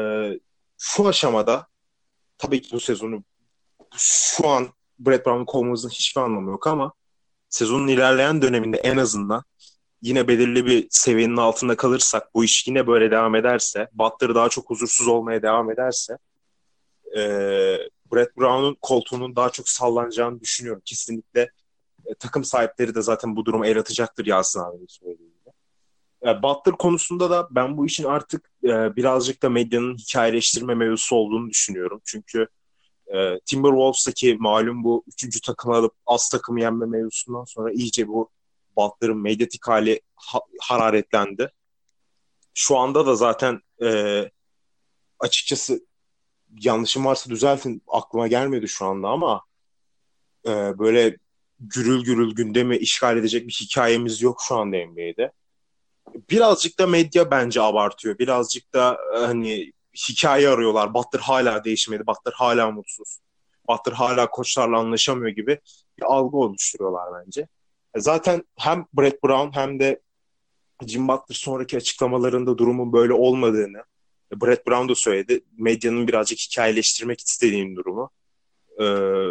şu aşamada tabii ki bu sezonu şu an Brett Brown'u kovmamızın hiçbir anlamı yok ama sezonun ilerleyen döneminde en azından yine belirli bir seviyenin altında kalırsak, bu iş yine böyle devam ederse, Butler daha çok huzursuz olmaya devam ederse e, Brett Brown'un koltuğunun daha çok sallanacağını düşünüyorum. Kesinlikle e, takım sahipleri de zaten bu duruma el atacaktır Yasin abinin söylediği gibi. E, Butler konusunda da ben bu işin artık e, birazcık da medyanın hikayeleştirme mevzusu olduğunu düşünüyorum. Çünkü e, Timberwolves'taki malum bu üçüncü takımı alıp az takımı yenme mevzusundan sonra iyice bu Butler'ın medyatik hali ha- hararetlendi. Şu anda da zaten e, açıkçası yanlışım varsa düzeltin, aklıma gelmedi şu anda ama e, böyle gürül gürül gündemi işgal edecek bir hikayemiz yok şu anda N B A'de. Birazcık da medya bence abartıyor. Birazcık da e, hani hikaye arıyorlar. Butler hala değişmedi. Butler hala mutsuz. Butler hala koçlarla anlaşamıyor gibi bir algı oluşturuyorlar bence. E, Zaten hem Brett Brown hem de Jim Butler sonraki açıklamalarında durumun böyle olmadığını, e, Brett Brown da söyledi. Medyanın birazcık hikayeleştirmek istediğini durumu. E,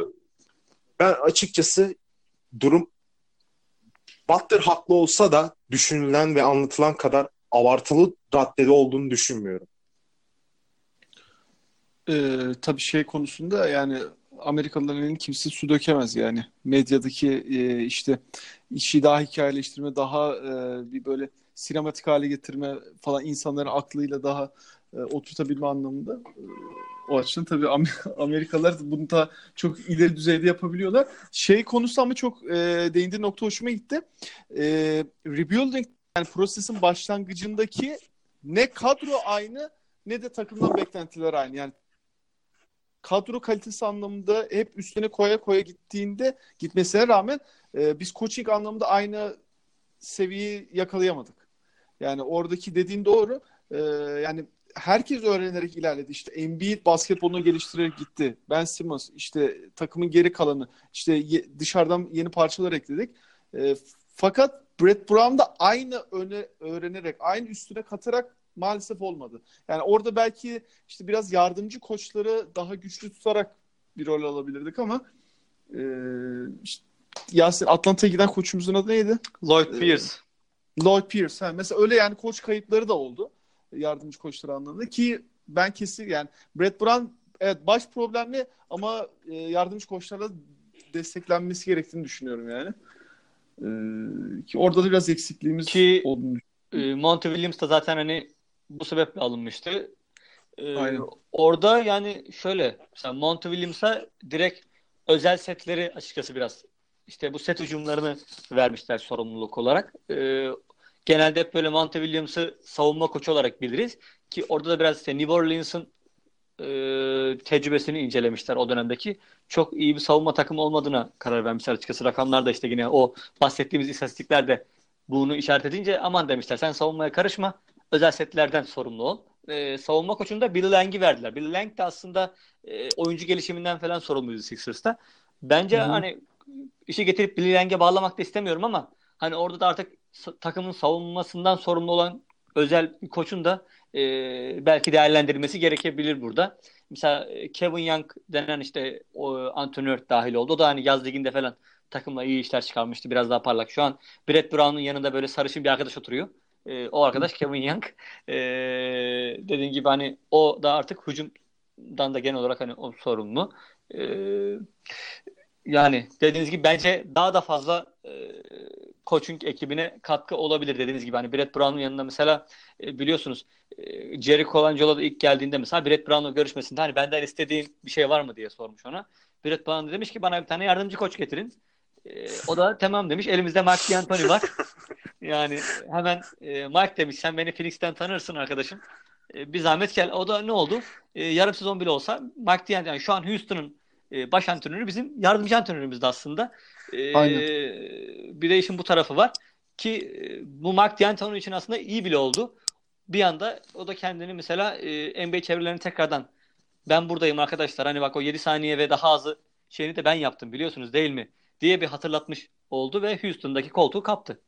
Ben açıkçası durum Butler haklı olsa da düşünülen ve anlatılan kadar abartılı raddede olduğunu düşünmüyorum. Ee, tabii şey konusunda yani Amerikalıların elini kimse su dökemez yani. Medyadaki e, işte işi daha hikayeleştirme, daha e, bir böyle sinematik hale getirme falan insanların aklıyla daha e, oturtabilme anlamında. E, o açıdan tabii Am- Amerikalılar bunu da çok ileri düzeyde yapabiliyorlar. Şey konusu ama çok e, değindiği nokta hoşuma gitti. E, rebuilding yani prosesin başlangıcındaki ne kadro aynı ne de takımdan beklentiler aynı. Yani kadro kalitesi anlamında hep üstüne koya koya gittiğinde gitmesine rağmen e, biz coaching anlamında aynı seviyeyi yakalayamadık. Yani oradaki dediğin doğru. E, yani herkes öğrenerek ilerledi. İşte Embiid basketbolunu geliştirerek gitti. Ben Simmons işte takımın geri kalanı işte ye, dışarıdan yeni parçalar ekledik. E, fakat Brett Brown da aynı öne, öğrenerek aynı üstüne katarak maalesef olmadı. Yani orada belki işte biraz yardımcı koçları daha güçlü tutarak bir rol alabilirdik ama e, işte Yasin Atlanta'ya giden koçumuzun adı neydi? Lloyd Pierce. Lloyd Pierce. Ha, mesela öyle yani koç kayıpları da oldu. Yardımcı koçlar anlamında ki ben kesin yani Brett Brown evet baş problemli ama e, yardımcı koçlarla desteklenmesi gerektiğini düşünüyorum yani. Ee, ki orada da biraz eksikliğimiz Ki olduğunu e, Monty Williams da zaten hani bu sebeple alınmıştı. E, aynen. orada yani şöyle mesela Monty Williams'a direkt özel setleri açıkçası biraz işte bu set hücumlarını vermişler sorumluluk olarak. E, genelde hep böyle Monty Williams'ı savunma koçu olarak biliriz ki orada da biraz işte New Orleans'ın e, tecrübesini incelemişler o dönemdeki. Çok iyi bir savunma takımı olmadığına karar vermişler açıkçası. Rakamlar da işte yine o bahsettiğimiz istatistikler de bunu işaret edince aman demişler sen savunmaya karışma. Özel setlerden sorumlu ol. E, savunma koçunu da Billy Lang'i verdiler. Billy Lang de aslında e, oyuncu gelişiminden falan sorumluydu Sixers'ta. Hı Bence hı. hani işi getirip Billy Lang'e bağlamak da istemiyorum ama hani orada da artık sa- takımın savunmasından sorumlu olan özel bir koçun da e, belki değerlendirilmesi gerekebilir burada. Mesela e, Kevin Young denen işte o antrenör dahil oldu. O da hani yaz liginde falan takımla iyi işler çıkarmıştı. Biraz daha parlak. Şu an Brett Brown'un yanında böyle sarışın bir arkadaş oturuyor. E, o arkadaş Kevin Young. E, dediğin gibi hani o da artık hücumdan da genel olarak hani o sorumlu. E, yani dediğiniz gibi bence daha da fazla e, coaching ekibine katkı olabilir dediğiniz gibi. Hani Brett Brown'un yanında mesela e, biliyorsunuz e, Jerry Colangelo da ilk geldiğinde mesela Brett Brown'la görüşmesinde hani benden istediğin bir şey var mı diye sormuş ona. Brett Brown da demiş ki bana bir tane yardımcı koç getirin. E, o da tamam demiş. Elimizde Mark D'Antoni var. Yani hemen e, Mike demiş sen beni Phoenix'ten tanırsın arkadaşım. E, bir zahmet gel. O da ne oldu? E, yarım sezon bile olsa Mike D'Antoni yani şu an Houston'ın e, baş antrenörü bizim yardımcı antrenörümüz de aslında. E, Aynen. bir de işin bu tarafı var ki e, bu Mark D'Antoni için aslında iyi bile oldu. Bir anda o da kendini mesela e, N B A çevrelerine tekrardan ben buradayım arkadaşlar hani bak o yedi saniye ve daha azı şeyini de ben yaptım biliyorsunuz değil mi diye bir hatırlatmış oldu ve Houston'daki koltuğu kaptı.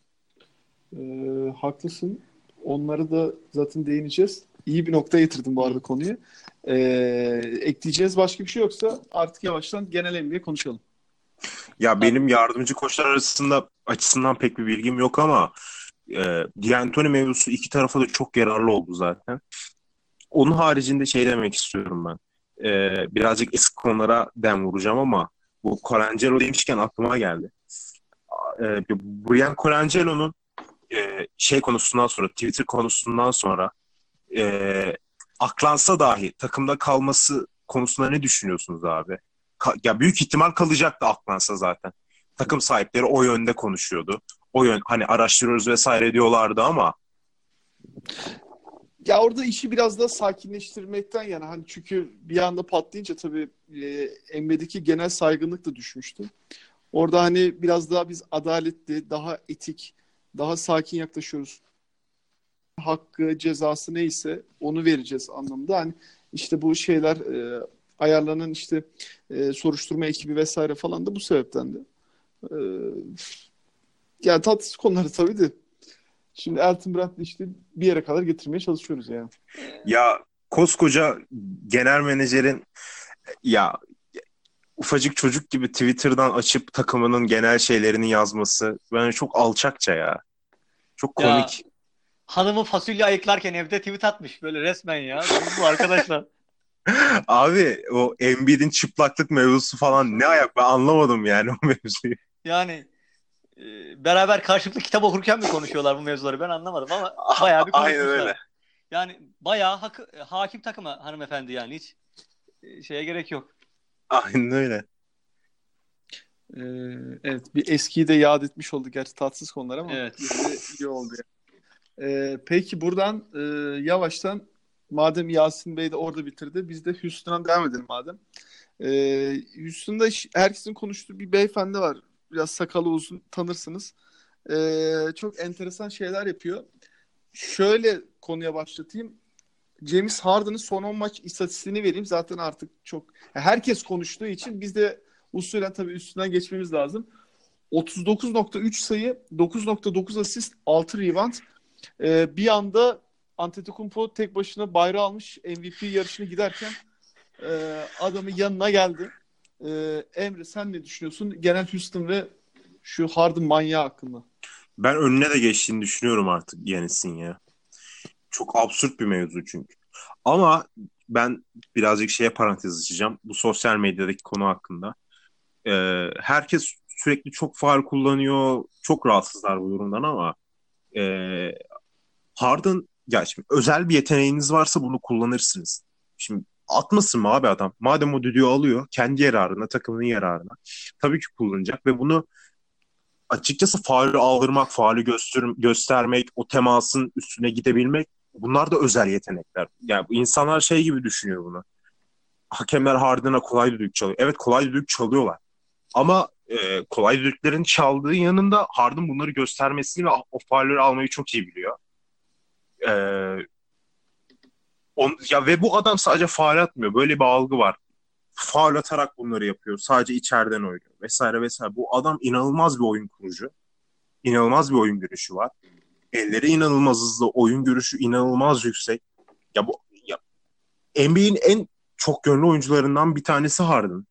Ee, haklısın. Onları da zaten değineceğiz. İyi bir noktaya getirdin bu Hı. arada konuyu. Ee, ekleyeceğiz başka bir şey yoksa artık yavaştan genel N B A konuşalım. Ya Tabii. benim yardımcı koçlar arasında açısından pek bir bilgim yok ama e, D'Antoni mevzusu iki tarafa da çok yararlı oldu zaten. Onun haricinde şey demek istiyorum ben. E, birazcık eski konulara dem vuracağım ama bu Colangelo demişken aklıma geldi. E, Brian Colangelo'nun e, şey konusundan sonra, Twitter konusundan sonra e, aklansa dahi takımda kalması konusunda ne düşünüyorsunuz abi? Ka- ya büyük ihtimal kalacaktı aklansa zaten. Takım sahipleri o yönde konuşuyordu. O yön hani araştırıyoruz vesaire diyorlardı ama Ya orada işi biraz da sakinleştirmekten yana hani çünkü bir anda patlayınca tabii e, N B A'deki genel saygınlık da düşmüştü. Orada hani biraz daha biz adaletli, daha etik, daha sakin yaklaşıyoruz. Hakkı, cezası neyse onu vereceğiz anlamında. Hani işte bu şeyler e, ayarlanan işte e, soruşturma ekibi vesaire falan da bu sebepten de. E, yani tatsız konuları tabii de. Şimdi Elton Brand'ı işte bir yere kadar getirmeye çalışıyoruz yani. ya koskoca genel menajerin ya ufacık çocuk gibi Twitter'dan açıp takımının genel şeylerini yazması bence çok alçakça ya. Çok Ya komik. hanımı fasulye ayıklarken evde tweet atmış böyle resmen ya. Bu, bu arkadaşlar. Abi o Embiid'in çıplaklık mevzusu falan ne ayak ben anlamadım yani o mevzuyu. Yani e, beraber karşılıklı kitap okurken mi konuşuyorlar bu mevzuları ben anlamadım ama A- bayağı bir Aynen öyle. konuşmuşlar. Yani bayağı hak, hakim takıma hanımefendi yani hiç e, şeye gerek yok. Aynen öyle. Ee, evet bir eskiyi de yad etmiş olduk. Gerçi tatsız konular ama Evet. yine de iyi oldu yani. Ee, peki buradan e, yavaştan madem Yasin Bey de orada bitirdi biz de Houston'a devam edelim madem. Ee, Houston'da iş- herkesin konuştuğu bir beyefendi var. Biraz sakalı uzun tanırsınız. Ee, çok enteresan şeyler yapıyor. Şöyle konuya başlatayım. James Harden'ın son on maç istatistiğini vereyim. Zaten artık çok herkes konuştuğu için biz de usulen tabii üstünden geçmemiz lazım. otuz dokuz nokta üç sayı, dokuz nokta dokuz asist, altı rebound. Ee, bir anda Antetokounmpo tek başına bayrağı almış M V P yarışına giderken e, adamın yanına geldi. E, Emre sen ne düşünüyorsun? Genel Houston ve şu Harden manyağı hakkında. Ben önüne de geçtiğini düşünüyorum artık Yanis'in ya. Çok absürt bir mevzu çünkü. Ama ben birazcık şeye parantez açacağım. Bu sosyal medyadaki konu hakkında. Ee, herkes sürekli çok faul kullanıyor. Çok rahatsızlar bu durumdan ama e, Harden ya şimdi özel bir yeteneğiniz varsa bunu kullanırsınız. Şimdi atmasın mı abi adam? Madem o düdüğü alıyor kendi yararına, takımının yararına. Tabii ki kullanacak ve bunu açıkçası faulü aldırmak, faulü göster göstermek, o temasın üstüne gidebilmek bunlar da özel yetenekler. Yani bu insanlar şey gibi düşünüyor bunu. Hakemler Harden'a kolay düdük çalıyor. Evet kolay düdük çalıyorlar. Ama e, kolay düdüklerin çaldığı yanında Harden bunları göstermesini ve o faulleri almayı çok iyi biliyor. E, on, ya ve bu adam sadece faul atmıyor. Böyle bir algı var. Faul atarak bunları yapıyor. Sadece içeriden oynuyor vesaire vesaire. Bu adam inanılmaz bir oyun kurucu. İnanılmaz bir oyun görüşü var. Elleri inanılmaz hızlı, oyun görüşü inanılmaz yüksek. Ya bu ya, N B A'in en çok yönlü oyuncularından bir tanesi Harden.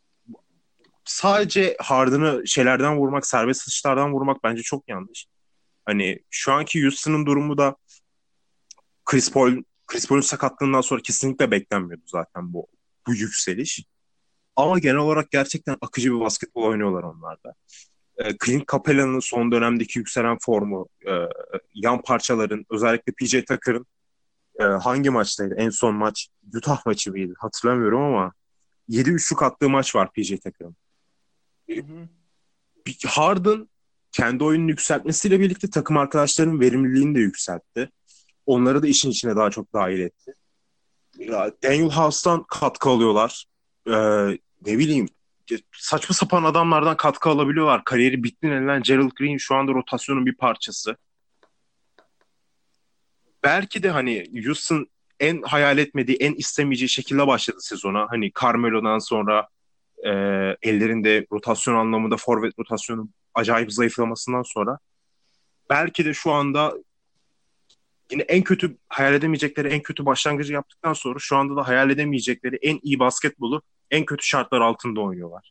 Sadece Harden'ı şeylerden vurmak, serbest atışlardan vurmak bence çok yanlış. Hani şu anki Houston'ın durumu da Chris Paul Chris Paul'un sakatlığından sonra kesinlikle beklenmiyordu zaten bu bu yükseliş. Ama genel olarak gerçekten akıcı bir basketbol oynuyorlar onlar da. E, Clint Capela'nın son dönemdeki yükselen formu, e, yan parçaların, özellikle P J Tucker'ın e, hangi maçtaydı? En son maç Utah maçı mıydı? Hatırlamıyorum ama yedi üçlük attığı maç var P J Tucker'ın. Hı hı. Harden kendi oyununu yükseltmesiyle birlikte takım arkadaşlarının verimliliğini de yükseltti. Onları da işin içine daha çok dahil etti. Ya, Daniel House'tan katkı alıyorlar. Ee, ne bileyim saçma sapan adamlardan katkı alabiliyorlar. Kariyeri bitti denilen Gerald Green şu anda rotasyonun bir parçası. Belki de hani Houston en hayal etmediği, en istemeyeceği şekilde başladı sezona. Hani Carmelo'dan sonra e, ellerinde rotasyon anlamında forvet rotasyonun acayip zayıflamasından sonra belki de şu anda yine en kötü hayal edemeyecekleri en kötü başlangıcı yaptıktan sonra şu anda da hayal edemeyecekleri en iyi basketbolu en kötü şartlar altında oynuyorlar.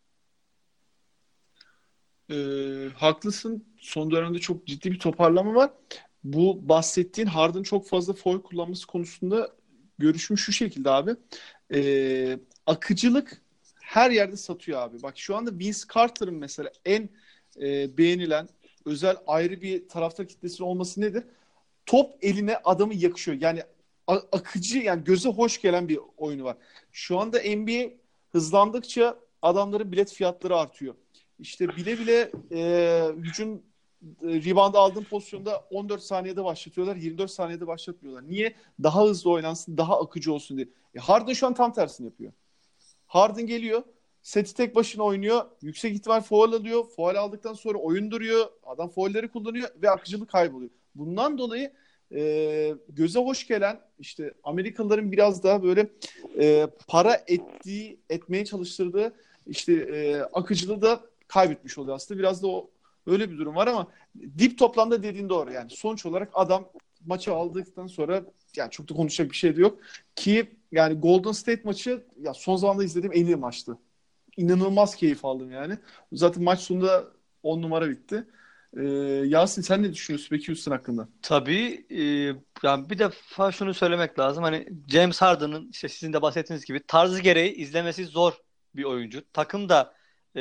Ee, haklısın. Son dönemde çok ciddi bir toparlama var. Bu bahsettiğin Harden çok fazla foul kullanması konusunda görüşüm şu şekilde abi. Ee, akıcılık her yerde satıyor abi. Bak şu anda Vince Carter'ın mesela en e, beğenilen özel ayrı bir taraftar kitlesinin olması nedir? Top eline adamı yakışıyor. Yani a- akıcı yani göze hoş gelen bir oyunu var. Şu anda N B A hızlandıkça adamların bilet fiyatları artıyor. İşte bile bile e, hücum e, rebound aldığın pozisyonda on dört saniyede başlatıyorlar. yirmi dört saniyede başlatmıyorlar. Niye? Daha hızlı oynansın, daha akıcı olsun diye. E, Harden şu an tam tersini yapıyor. Harden geliyor. Seti tek başına oynuyor. Yüksek ihtimal faul alıyor. Faul aldıktan sonra oyun duruyor. Adam faulleri kullanıyor ve akıcılık kayboluyor. Bundan dolayı e, göze hoş gelen işte Amerikalıların biraz daha böyle e, para ettiği, etmeye çalıştırdığı işte e, akıcılığı da kaybetmiş oluyor aslında. Biraz da o öyle bir durum var ama dip toplamda dediğin doğru yani. Sonuç olarak adam maçı aldıktan sonra yani çok da konuşacak bir şey de yok. Ki yani Golden State maçı ya son zamanda izlediğim en iyi maçtı. İnanılmaz keyif aldım yani. Zaten maç sonunda on numara bitti. Ee, Yasin sen ne düşünüyorsun peki Houston hakkında? Tabii e, yani bir defa şunu söylemek lazım. Hani James Harden'ın işte sizin de bahsettiğiniz gibi tarzı gereği izlemesi zor bir oyuncu. Takım da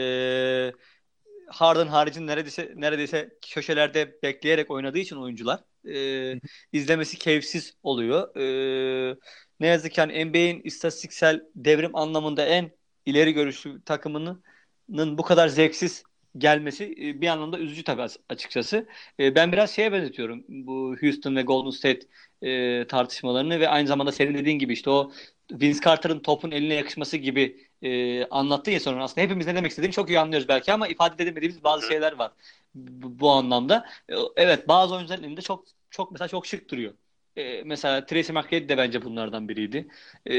e, Harden haricinde neredeyse neredeyse köşelerde bekleyerek oynadığı için oyuncular e, izlemesi keyifsiz oluyor. E, ne yazık ki hani N B A'in istatistiksel devrim anlamında en ileri görüşlü takımının bu kadar zevksiz gelmesi e, bir anlamda üzücü tabii as- açıkçası. E, ben biraz şeye benzetiyorum bu Houston ve Golden State e, tartışmalarını ve aynı zamanda senin dediğin gibi işte o Vince Carter'ın topun eline yakışması gibi e, anlattı ya sonra aslında hepimiz ne demek istediğini çok iyi anlıyoruz belki ama ifade edemediğimiz bazı şeyler var bu, bu anlamda. E, Evet bazı oyuncuların elinde çok çok mesela çok şık duruyor. E, mesela Tracy McGrady de bence bunlardan biriydi. E,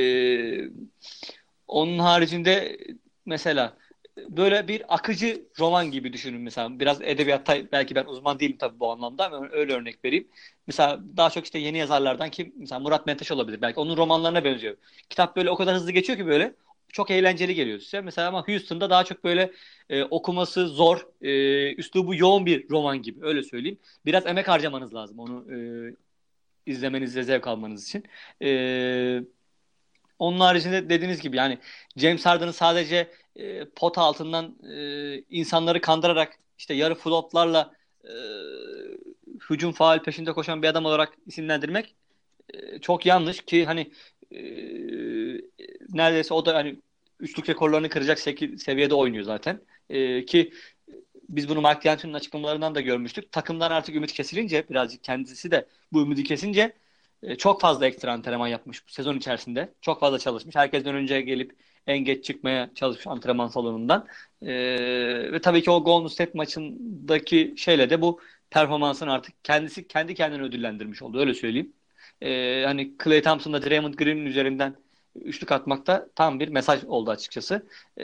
onun haricinde mesela böyle bir akıcı roman gibi düşünün mesela. Biraz edebiyatta belki ben uzman değilim tabii bu anlamda ama öyle örnek vereyim. Mesela daha çok işte yeni yazarlardan kim? Mesela Murat Menteş olabilir belki. Onun romanlarına benziyor. Kitap böyle o kadar hızlı geçiyor ki böyle çok eğlenceli geliyor size. Mesela ama Houston'da daha çok böyle e, okuması zor, e, üslubu yoğun bir roman gibi, öyle söyleyeyim. Biraz emek harcamanız lazım onu e, izlemeniz ve zevk almanız için. E, Onun haricinde dediğiniz gibi yani James Harden'ın sadece e, pot altından e, insanları kandırarak işte yarı floplarla e, hücum faal peşinde koşan bir adam olarak isimlendirmek e, çok yanlış ki hani e, neredeyse o da hani üçlük rekorlarını kıracak seki- seviyede oynuyor zaten. E, ki biz bunu Mark D'Antoni'nin açıklamalarından da görmüştük. Takımdan artık ümit kesilince birazcık kendisi de bu ümidi kesince e, çok fazla ekstra antrenman yapmış bu sezon içerisinde. Çok fazla çalışmış. Herkesten önce gelip en geç çıkmaya çalışmış antrenman salonundan. E, Ve tabii ki o Golden State maçındaki şeyle de bu performansını artık kendisi kendi kendine ödüllendirmiş oldu. Öyle söyleyeyim. E, hani Klay Thompson'da Draymond Green'in üzerinden üçlük atmakta tam bir mesaj oldu açıkçası. E,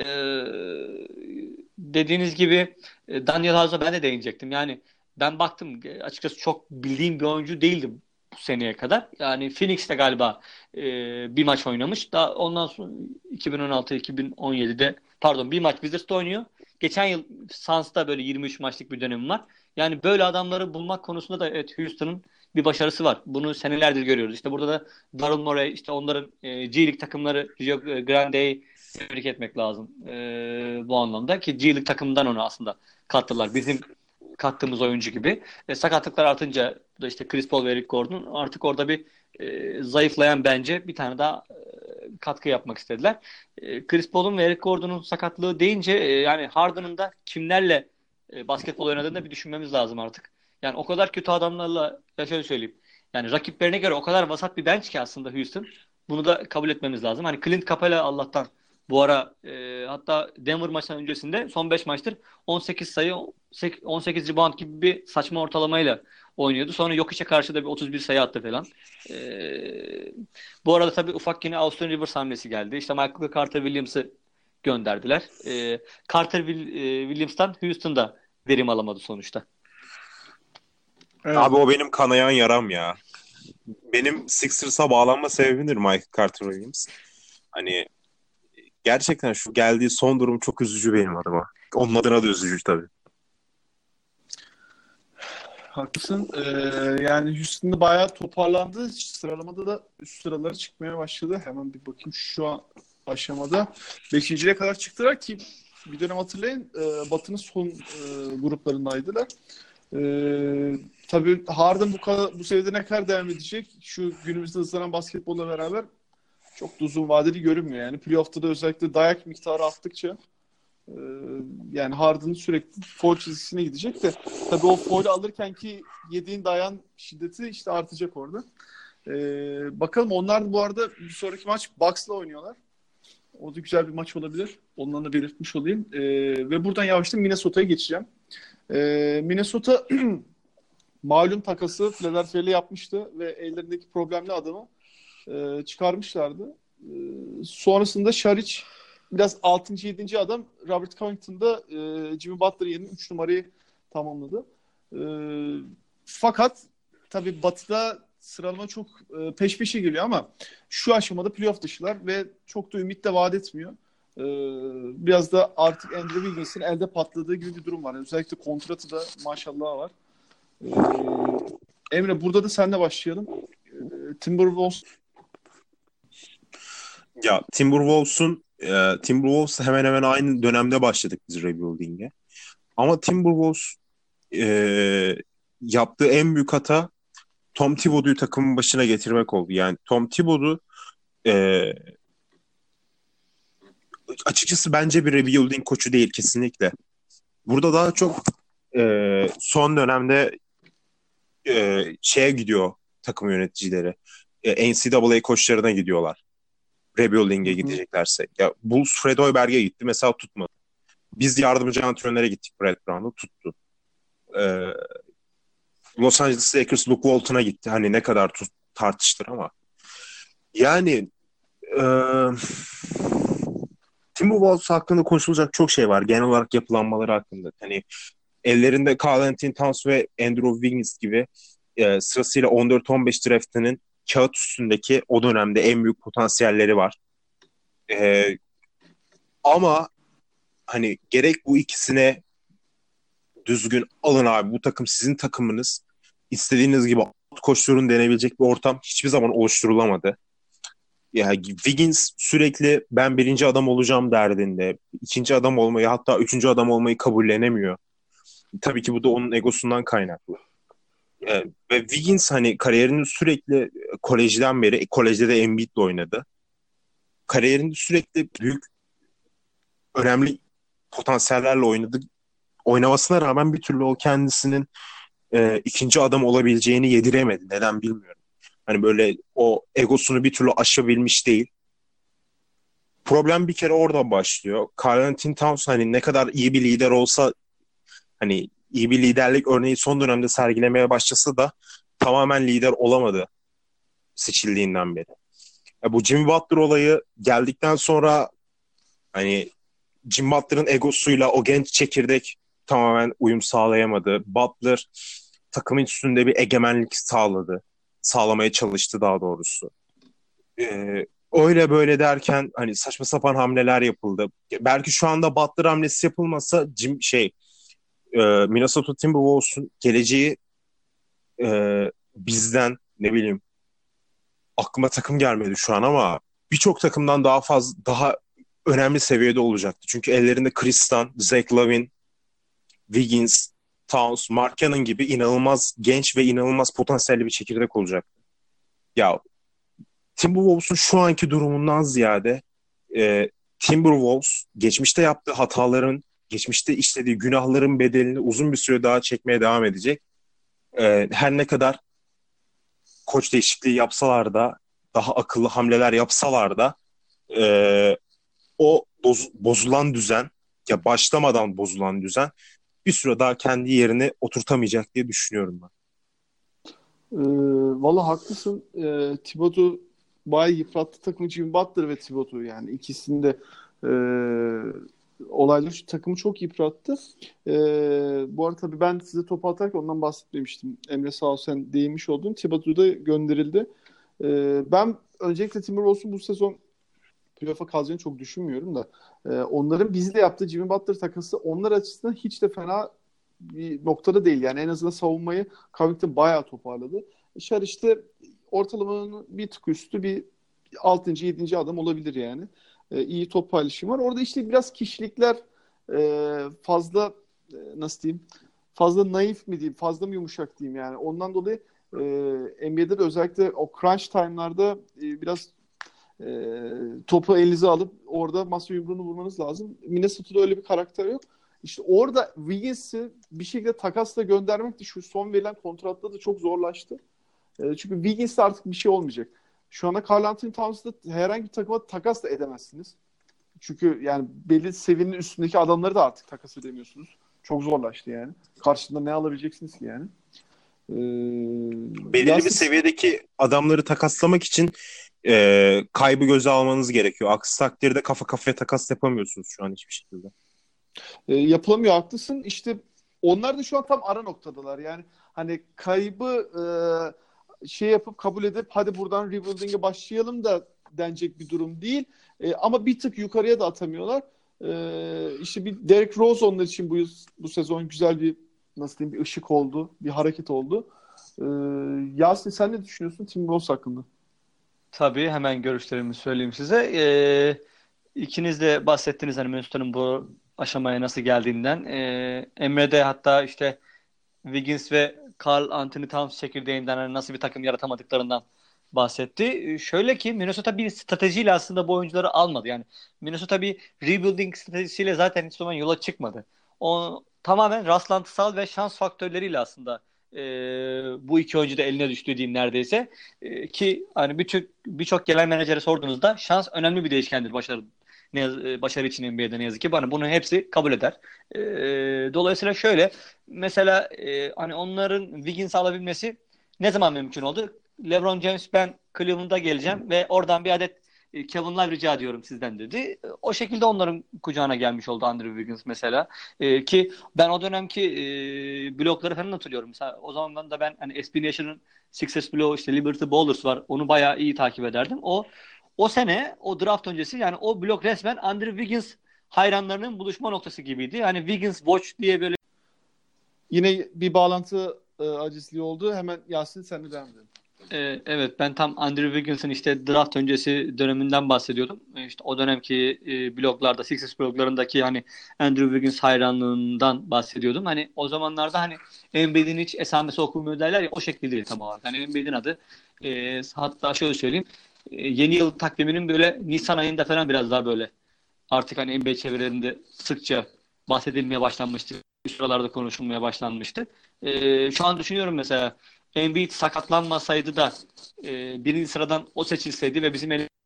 Dediğiniz gibi e, Daniel House'a ben de değinecektim. Yani ben baktım e, açıkçası çok bildiğim bir oyuncu değildim bu seneye kadar. Yani Phoenix'te galiba e, bir maç oynamış. Daha ondan sonra iki bin on altı iki bin on yedide pardon bir maç Wizards'ta oynuyor. Geçen yıl Suns'ta böyle yirmi üç maçlık bir dönemi var. Yani böyle adamları bulmak konusunda da evet Houston'ın bir başarısı var. Bunu senelerdir görüyoruz. İşte burada da Daryl Morey, işte onların e, G League takımları Rio Grande'yi tebrik etmek lazım e, bu anlamda ki G League takımından onu aslında kattılar. Bizim kattığımız oyuncu gibi. E, sakatlıklar artınca da işte Chris Paul ve Eric Gordon artık orada bir e, zayıflayan bence bir tane daha e, katkı yapmak istediler. E, Chris Paul'un ve Eric Gordon'un sakatlığı deyince e, yani Harden'ın da kimlerle e, basketbol oynadığını da bir düşünmemiz lazım artık. Yani o kadar kötü adamlarla ya şöyle söyleyeyim. Yani rakiplerine göre o kadar vasat bir bench ki aslında Houston. Bunu da kabul etmemiz lazım. Hani Clint Capela Allah'tan bu ara e, hatta Denver maçından öncesinde son beş maçtır on sekiz sayı on sekiz rebound gibi bir saçma ortalamayla oynuyordu. Sonra Jokic'e karşı da bir otuz bir sayı attı falan. E, Bu arada tabii ufak yine Austin Rivers hamlesi geldi. İşte Michael Carter Williams'ı gönderdiler. E, Carter Will, e, Williams'tan Houston'da verim alamadı sonuçta. Evet. Abi o benim kanayan yaram ya. Benim Sixers'a bağlanma sebebimdir Michael Carter Williams. Hani gerçekten şu geldiği son durum çok üzücü benim adıma. Onun adına da üzücü tabii. Haklısın. Ee, yani Houston'da bayağı toparlandı. Sıralamada da üst sıralara çıkmaya başladı. Hemen bir bakayım şu an aşamada. Beşinciye kadar çıktılar ki bir dönem hatırlayın e, Batı'nın son e, gruplarındaydılar. E, tabii Harden bu kadar, bu seviyede ne kadar devam edecek? Şu günümüzde hızlanan basketbolla beraber çok da uzun vadeli görünmüyor. Yani playoff'ta da özellikle dayak miktarı arttıkça e, yani Harden sürekli foul çizgisine gidecek de tabii o foul'ü alırken ki yediğin dayan şiddeti işte artacak orada. E, bakalım onlar da bu arada bir sonraki maç Bucks'la oynuyorlar. O da güzel bir maç olabilir. Ondan da belirtmiş olayım. E, ve buradan yavaştan Minnesota'ya geçeceğim. E, Minnesota malum takası Philadelphia ile yapmıştı ve ellerindeki problemli adamı e, çıkarmışlardı. E, sonrasında Şaric biraz altıncı yedinci adam Robert Covington'da e, Jimmy Butler yerine üç numarayı tamamladı. E, fakat tabii Batı'da sıralama çok e, peş peşe geliyor ama şu aşamada playoff dışılar ve çok da ümit de vaat etmiyor. E, biraz da artık Andrew Wiggins'in elde patladığı gibi bir durum var. Yani özellikle kontratı da maşallah var. E, Emre burada da seninle başlayalım. E, Timberwolves Ya Timberwolves'un e, Timberwolves hemen hemen aynı dönemde başladık biz rebuilding'e. Ama Timberwolves e, yaptığı en büyük hata Tom Thibodeau'yu takımın başına getirmek oldu. Yani Tom Thibodeau e, açıkçası bence bir rebuilding koçu değil kesinlikle. Burada daha çok e, son dönemde e, şeye gidiyor takım yöneticileri. E, N C A A koçlarına gidiyorlar. Rebuilding'e gideceklerse. Ya Bulls Fred Hoiberg'e gitti. Mesela tutmadı. Biz yardımcı antrenöre gittik Brad Brown'u. Tuttu. Ee, Los Angeles Lakers Luke Walton'a gitti. Hani ne kadar tut, tartıştır ama. Yani e, Timberwolves hakkında konuşulacak çok şey var. Genel olarak yapılanmaları hakkında. Hani ellerinde Karl Anthony Towns ve Andrew Wiggins gibi e, sırasıyla on dört on beş draftının kağıt üstündeki o dönemde en büyük potansiyelleri var. E, Ama hani gerek bu ikisine düzgün alın abi. Bu takım sizin takımınız. İstediğiniz gibi alt koşturun denebilecek bir ortam hiçbir zaman oluşturulamadı. Ya Wiggins sürekli ben birinci adam olacağım derdinde. İkinci adam olmayı, hatta üçüncü adam olmayı kabullenemiyor. Tabii ki bu da onun egosundan kaynaklı. Ee, ve Wiggins hani kariyerinin sürekli kolejden beri, kolejde de Embiid'le oynadı. Kariyerinde sürekli büyük, önemli potansiyellerle oynadı. Oynamasına rağmen bir türlü o kendisinin e, ikinci adam olabileceğini yediremedi. Neden bilmiyorum. Hani böyle o egosunu bir türlü aşabilmiş değil. Problem bir kere oradan başlıyor. Karl Anthony Towns hani ne kadar iyi bir lider olsa, hani iyi bir liderlik örneği son dönemde sergilemeye başlasa da tamamen lider olamadı seçildiğinden beri. Ya bu Jimmy Butler olayı geldikten sonra hani Jimmy Butler'ın egosuyla o genç çekirdek tamamen uyum sağlayamadı. Butler takımın üstünde bir egemenlik sağladı. Sağlamaya çalıştı daha doğrusu. Ee, öyle böyle derken hani saçma sapan hamleler yapıldı. Belki şu anda Butler hamlesi yapılmasa Jim şey e, Minnesota Timberwolves'un geleceği e, bizden ne bileyim, aklıma takım gelmedi şu an ama birçok takımdan daha fazla, daha önemli seviyede olacaktı. Çünkü ellerinde Chris Dunn, Zach Lavine, Wiggins, Towns, Mark Cannon gibi inanılmaz genç ve inanılmaz potansiyelli bir çekirdek olacak. Ya Timberwolves'un şu anki durumundan ziyade e, Timberwolves geçmişte yaptığı hataların, geçmişte işlediği günahların bedelini uzun bir süre daha çekmeye devam edecek. E, her ne kadar koç değişikliği yapsalar da, daha akıllı hamleler yapsalar da e, o boz, bozulan düzen, ya başlamadan bozulan düzen bir süre daha kendi yerini oturtamayacak diye düşünüyorum ben. Ee, Valla haklısın. Ee, Thibodeau bayağı yıprattı takımı, Jimmy Butler ve Thibodeau, yani ikisinde e, olaylar şu takımı çok yıprattı. Ee, bu arada tabii ben size topu atarken ondan bahsetmemiştim. Emre sağ ol, sen değinmiş oldun. Thibodeau da gönderildi. Ee, ben öncelikle Timberwolves'un bu sezon playoff'a kalacağını çok düşünmüyorum da e, onların bizle yaptığı Jimmy Butler takası onlar açısından hiç de fena bir noktada değil. Yani en azından savunmayı Covington bayağı toparladı. Şer işte ortalamanın bir tık üstü bir altıncı yedinci adam olabilir yani. E, iyi top paylaşımı var. Orada işte biraz kişilikler e, fazla e, nasıl diyeyim, fazla naif mi diyeyim, fazla mı yumuşak diyeyim yani. Ondan dolayı e, N B A'de de özellikle o crunch time'larda e, biraz e, topu elinize alıp orada masa yumruğunu vurmanız lazım. Minnesota'da öyle bir karakter yok. İşte orada Wiggins'i bir şekilde takasla göndermek de şu son verilen kontratta da çok zorlaştı. E, çünkü Wiggins'te artık bir şey olmayacak. Şu anda Karl Anthony Towns'da herhangi bir takıma takas da edemezsiniz. Çünkü yani belli seviyenin üstündeki adamları da artık takas edemiyorsunuz. Çok zorlaştı yani. Karşında ne alabileceksiniz ki yani? Ee, Belirli Yasin, bir seviyedeki adamları takaslamak için e, kaybı göze almanız gerekiyor. Aksi takdirde kafa kafaya takas yapamıyorsunuz şu an hiçbir şekilde. E, yapılamıyor, haklısın. İşte onlar da şu an tam ara noktadalar. Yani hani kaybı e, şey yapıp kabul edip hadi buradan rebuilding'e başlayalım da denecek bir durum değil. E, ama bir tık yukarıya da atamıyorlar. E, işte bir Derrick Rose onlar için bu bu sezon güzel bir, nasıl diyeyim, bir ışık oldu, bir hareket oldu. E, Yasin, sen ne düşünüyorsun Timberwolves hakkında? Tabii hemen görüşlerimi söyleyeyim size. Ee, ikiniz de bahsettiniz hani Minnesota'nın bu aşamaya nasıl geldiğinden. Ee, Emre de hatta işte Wiggins ve Karl Anthony Towns çekirdeğinden hani nasıl bir takım yaratamadıklarından bahsetti. Ee, Şöyle ki Minnesota bir stratejiyle aslında bu oyuncuları almadı. Yani Minnesota bir rebuilding stratejisiyle zaten hiç zaman yola çıkmadı. O tamamen rastlantısal ve şans faktörleriyle aslında e, bu iki oyuncu da eline düştü diyeyim neredeyse. E, ki hani birçok birçok gelen menajere sorduğunuzda şans önemli bir değişkendir başarı ne yaz- e, başarı için N B A'de ne yazık ki. Bana bunu hepsi kabul eder. E, dolayısıyla şöyle mesela e, hani onların Wiggins alabilmesi ne zaman mümkün oldu? LeBron James ben Cleveland'a geleceğim ve oradan bir adet e, Kevin Love rica ediyorum sizden dedi. E, O şekilde onların kucağına gelmiş oldu Andrew Wiggins mesela. E, ki ben o dönemki e, blokları falan hatırlıyorum. Mesela o zaman da ben hani S B Nation'ın Success Blow, işte Liberty Ballers var. Onu bayağı iyi takip ederdim. O o sene o draft öncesi yani o blok resmen Andrew Wiggins hayranlarının buluşma noktası gibiydi. Hani Wiggins Watch diye böyle. Yine bir bağlantı e, acizliği oldu. Hemen Yasin sen de devam edelim. Ee, evet, ben tam Andrew Wiggins'in işte draft öncesi döneminden bahsediyordum. Ee, İşte o dönemki e, bloglarda, Sixers bloglarındaki hani Andrew Wiggins hayranlığından bahsediyordum. Hani o zamanlarda hani Embiid'in hiç esamesi okunmuyor derler ya, o şekilde değil tam olarak. Hani Embiid'in adı e, hatta şöyle söyleyeyim, e, yeni yıl takviminin böyle Nisan ayında falan biraz daha böyle artık hani N B A çevrelerinde sıkça bahsedilmeye başlanmıştı. Bir sıralarda konuşulmaya başlanmıştı. Ee, şu an düşünüyorum mesela, Embiid sakatlanmasaydı da e, birinci sıradan o seçilseydi ve bizim elimizde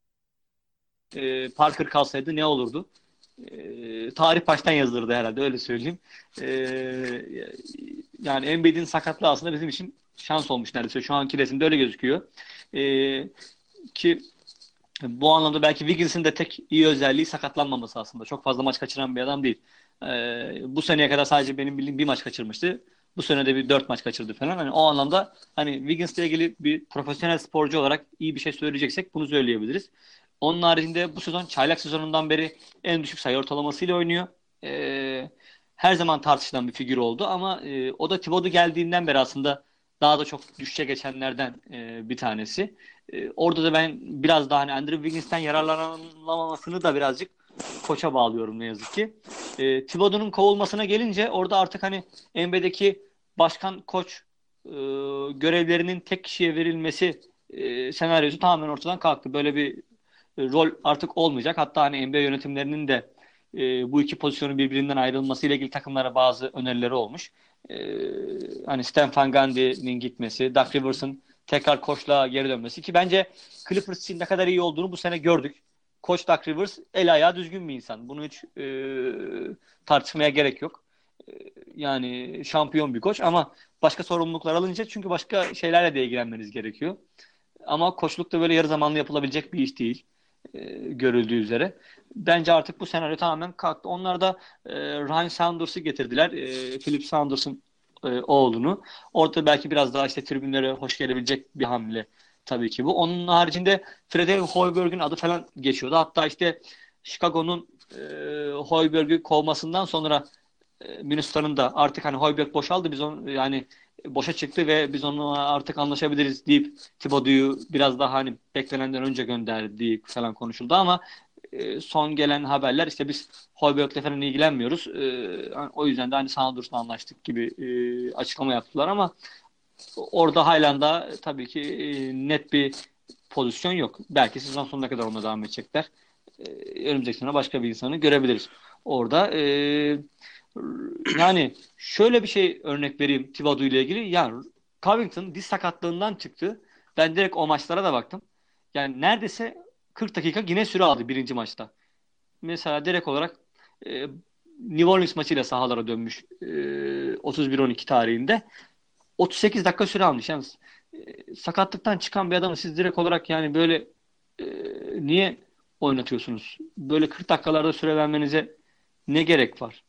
e, Parker kalsaydı ne olurdu? E, tarih baştan yazılırdı herhalde, öyle söyleyeyim. E, yani Embiid'in sakatlığı aslında bizim için şans olmuş neredeyse. Şu anki resimde öyle gözüküyor. E, ki bu anlamda belki Wiggins'in de tek iyi özelliği sakatlanmaması aslında. Çok fazla maç kaçıran bir adam değil. Ee, bu seneye kadar sadece benim bildiğim bir maç kaçırmıştı. Bu sene de bir dört maç kaçırdı falan. Hani o anlamda hani Wiggins'le ilgili bir profesyonel sporcu olarak iyi bir şey söyleyeceksek bunu söyleyebiliriz. Onun haricinde bu sezon çaylak sezonundan beri en düşük sayı ortalamasıyla oynuyor. Ee, her zaman tartışılan bir figür oldu ama e, o da Thibodeau geldiğinden beri aslında daha da çok düşüşe geçenlerden e, bir tanesi. E, orada da ben biraz daha hani Andrew Wiggins'ten yararlanamamasını da birazcık koça bağlıyorum ne yazık ki. E, Thibodeau'nun kovulmasına gelince orada artık hani N B A'deki başkan koç e, görevlerinin tek kişiye verilmesi e, senaryosu tamamen ortadan kalktı. Böyle bir e, rol artık olmayacak. Hatta hani N B A yönetimlerinin de e, bu iki pozisyonun birbirinden ayrılması ile ilgili takımlara bazı önerileri olmuş. E, hani Stan Van Gundy'nin gitmesi, Doug Rivers'ın tekrar koçluğa geri dönmesi, ki bence Clippers için ne kadar iyi olduğunu bu sene gördük. Koç Doug Rivers el ayağı düzgün bir insan. Bunu hiç e, tartışmaya gerek yok. E, yani şampiyon bir koç ama başka sorumluluklar alınca çünkü başka şeylerle de ilgilenmeniz gerekiyor. Ama koçluk da böyle yarı zamanlı yapılabilecek bir iş değil. E, görüldüğü üzere. Bence artık bu senaryo tamamen kalktı. Onlar da e, Ryan Saunders'ı getirdiler. E, Philip Saunders'ın e, oğlunu. Orada belki biraz daha işte tribünlere hoş gelebilecek bir hamle tabii ki bu. Onun haricinde Fred Hoiberg'in adı falan geçiyordu. Hatta işte Chicago'nun e, Hoiberg'i kovmasından sonra e, Minnesota'nın da artık hani Hoiberg boşaldı, biz onu yani boşa çıktı ve biz onunla artık anlaşabiliriz deyip Thibodeau'yu biraz daha hani beklenenden önce gönderdiği falan konuşuldu ama e, son gelen haberler işte biz Hoiberg'le falan ilgilenmiyoruz. E, yani o yüzden de hani Sounders'la anlaştık gibi e, açıklama yaptılar ama orada halen da tabii ki e, net bir pozisyon yok. Belki sezon sonuna kadar ona devam edecekler. E, önümüzdeki sene başka bir insanı görebiliriz. Orada e, yani şöyle bir şey örnek vereyim Thibodeau ile ilgili. Yani Covington diz sakatlığından çıktı. Ben direkt o maçlara da baktım. Yani neredeyse kırk dakika yine süre aldı birinci maçta. Mesela direkt olarak e, New Orleans maçıyla sahalara dönmüş e, otuz bir on iki tarihinde. otuz sekiz dakika süre almış. Yani e, sakatlıktan çıkan bir adamı siz direkt olarak yani böyle e, niye oynatıyorsunuz? Böyle kırk dakikalarda süre vermenize ne gerek var?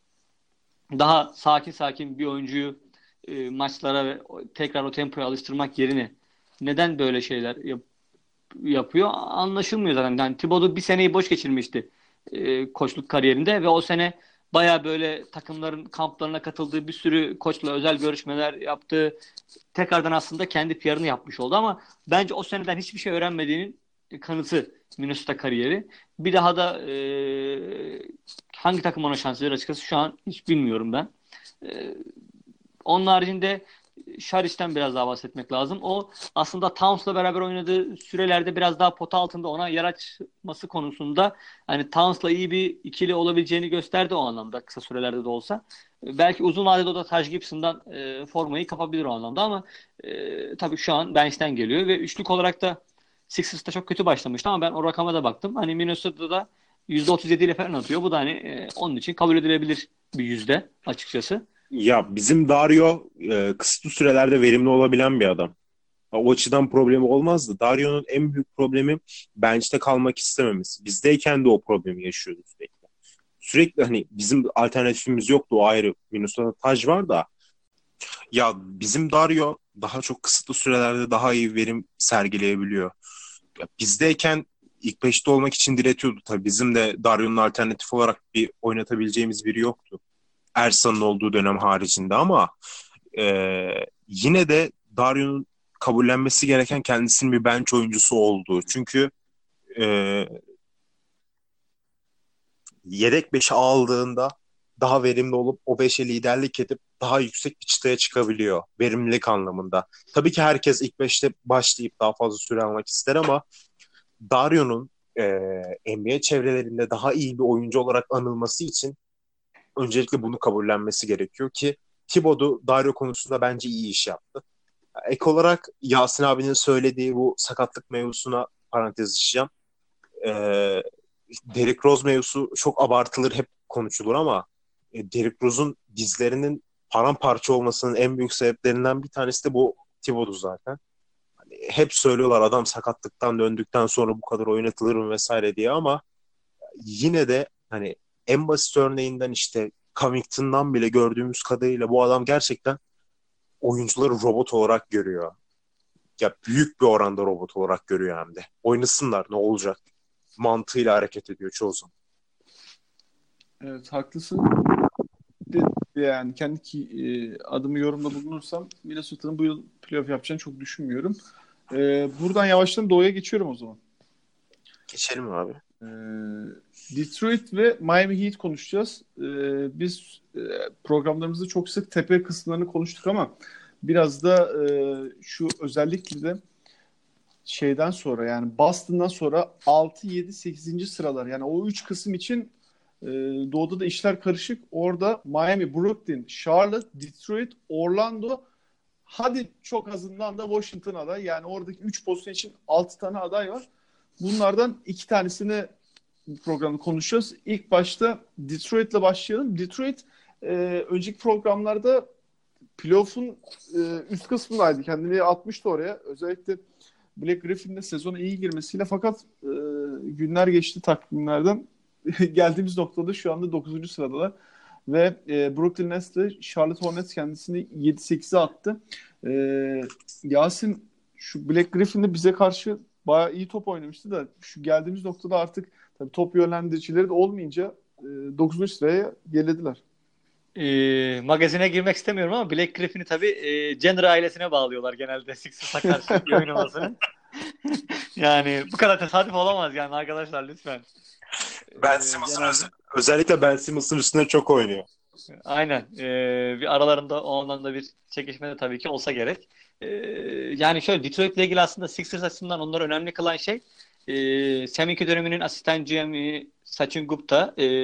Daha sakin sakin bir oyuncuyu e, maçlara ve tekrar o tempoya alıştırmak yerine neden böyle şeyler yap- yapıyor anlaşılmıyor zaten. Yani Thibodeau bir seneyi boş geçirmişti e, koçluk kariyerinde ve o sene baya böyle takımların kamplarına katıldığı, bir sürü koçla özel görüşmeler yaptığı, tekrardan aslında kendi P R'ını yapmış oldu ama bence o seneden hiçbir şey öğrenmediğinin kanıtı Minnesota kariyeri. Bir daha da e, hangi takım ona şans verir açıkçası şu an hiç bilmiyorum ben. E, onun haricinde Şariç'ten biraz daha bahsetmek lazım. O aslında Towns'la beraber oynadığı sürelerde biraz daha pota altında ona yer açması konusunda hani Towns'la iyi bir ikili olabileceğini gösterdi o anlamda, kısa sürelerde de olsa. Belki uzun vadede o da Taj Gibson'dan e, formayı kapabilir o anlamda ama e, tabii şu an bench'ten geliyor ve üçlük olarak da Sixers'ta çok kötü başlamıştı ama ben o rakama da baktım. Hani Minnesota'da yüzde otuz yedi ile falan atıyor. Bu da hani e, onun için kabul edilebilir bir yüzde açıkçası. Ya bizim Dario e, kısıtlı sürelerde verimli olabilen bir adam. O açıdan problemi olmazdı. Dario'nun en büyük problemi bench'te kalmak istememesi. Bizdeyken de o problemi yaşıyordu sürekli. Sürekli hani bizim alternatifimiz yoktu, o ayrı. Minnesota'da Taj var da ya bizim Dario daha çok kısıtlı sürelerde daha iyi verim sergileyebiliyor. Ya bizdeyken ilk beşte olmak için diretiyordu tabii. Bizim de Dario'nun alternatif olarak bir oynatabileceğimiz biri yoktu. Ersa'nın olduğu dönem haricinde ama e, yine de Dario'nun kabullenmesi gereken kendisinin bir bench oyuncusu olduğu. Çünkü e, yedek beşe aldığında daha verimli olup o beşe liderlik edip daha yüksek bir çıtaya çıkabiliyor verimlilik anlamında. Tabii ki herkes ilk beşte başlayıp daha fazla süre almak ister ama Dario'nun e, N B A çevrelerinde daha iyi bir oyuncu olarak anılması için öncelikle bunu kabullenmesi gerekiyor ki Thibodeau Dario konusunda bence iyi iş yaptı. Ek olarak Yasin abinin söylediği bu sakatlık mevzusuna parantez açacağım. Ee, Derrick Rose mevzusu çok abartılır, hep konuşulur ama e, Derrick Rose'un dizlerinin paramparça olmasının en büyük sebeplerinden bir tanesi de bu Thibodeau zaten. Hani hep söylüyorlar adam sakatlıktan döndükten sonra bu kadar oynatılır mı vesaire diye ama yine de hani en basit örneğinden işte Covington'dan bile gördüğümüz kadarıyla bu adam gerçekten oyuncuları robot olarak görüyor. Ya büyük bir oranda robot olarak görüyor hem de. Oynasınlar ne olacak? Mantığıyla hareket ediyor çoğu zaman. Evet, haklısın. De- Yani kendi ki, e, adımı yorumda bulunursam Minnesota'nın bu yıl playoff yapacağını çok düşünmüyorum. E, buradan yavaştan doğuya geçiyorum o zaman. Geçelim abi. E, Detroit ve Miami Heat konuşacağız. E, biz e, programlarımızda çok sık tepe kısımlarını konuştuk ama biraz da e, şu özellikle de şeyden sonra yani Boston'dan sonra altı yedi sekizinci sıralar yani o üç kısım için e, doğuda da işler karışık. Orada Miami, Brooklyn, Charlotte, Detroit, Orlando, hadi çok azından da Washington aday. Yani oradaki üç pozisyon için altı tane aday var. Bunlardan iki tanesini bu programda konuşacağız. İlk başta Detroit'le başlayalım. Detroit e, önceki programlarda playoff'un e, üst kısmındaydı. Kendini atmıştı oraya. Özellikle Black Griffin'de sezona iyi girmesiyle fakat e, günler geçti takvimlerden. Geldiğimiz noktada şu anda dokuzuncu sıradalar. Ve e, Brooklyn Nets ile Charlotte Hornets kendisini yedi sekize attı. E, Yasin, şu Black Griffin'de bize karşı bayağı iyi top oynamıştı da şu geldiğimiz noktada artık tabii top yönlendiricileri de olmayınca e, dokuzuncu sıraya gerilediler. E, magazine girmek istemiyorum ama Black Griffin'i tabii e, Jenner ailesine bağlıyorlar genelde Sixers'a karşı iyi oynamasını. Yani bu kadar tesadüf olamaz yani arkadaşlar lütfen. Ben E, Simmons'ın genelde... öz- özellikle Ben Simmons'ın üstüne çok oynuyor. Aynen. Ee, bir aralarında o anlamda bir çekişme de tabii ki olsa gerek. Ee, yani şöyle Detroit'le ilgili aslında Sixers açısından onları önemli kılan şey e, Semiki döneminin asistan G M'i Sachin Gupta e,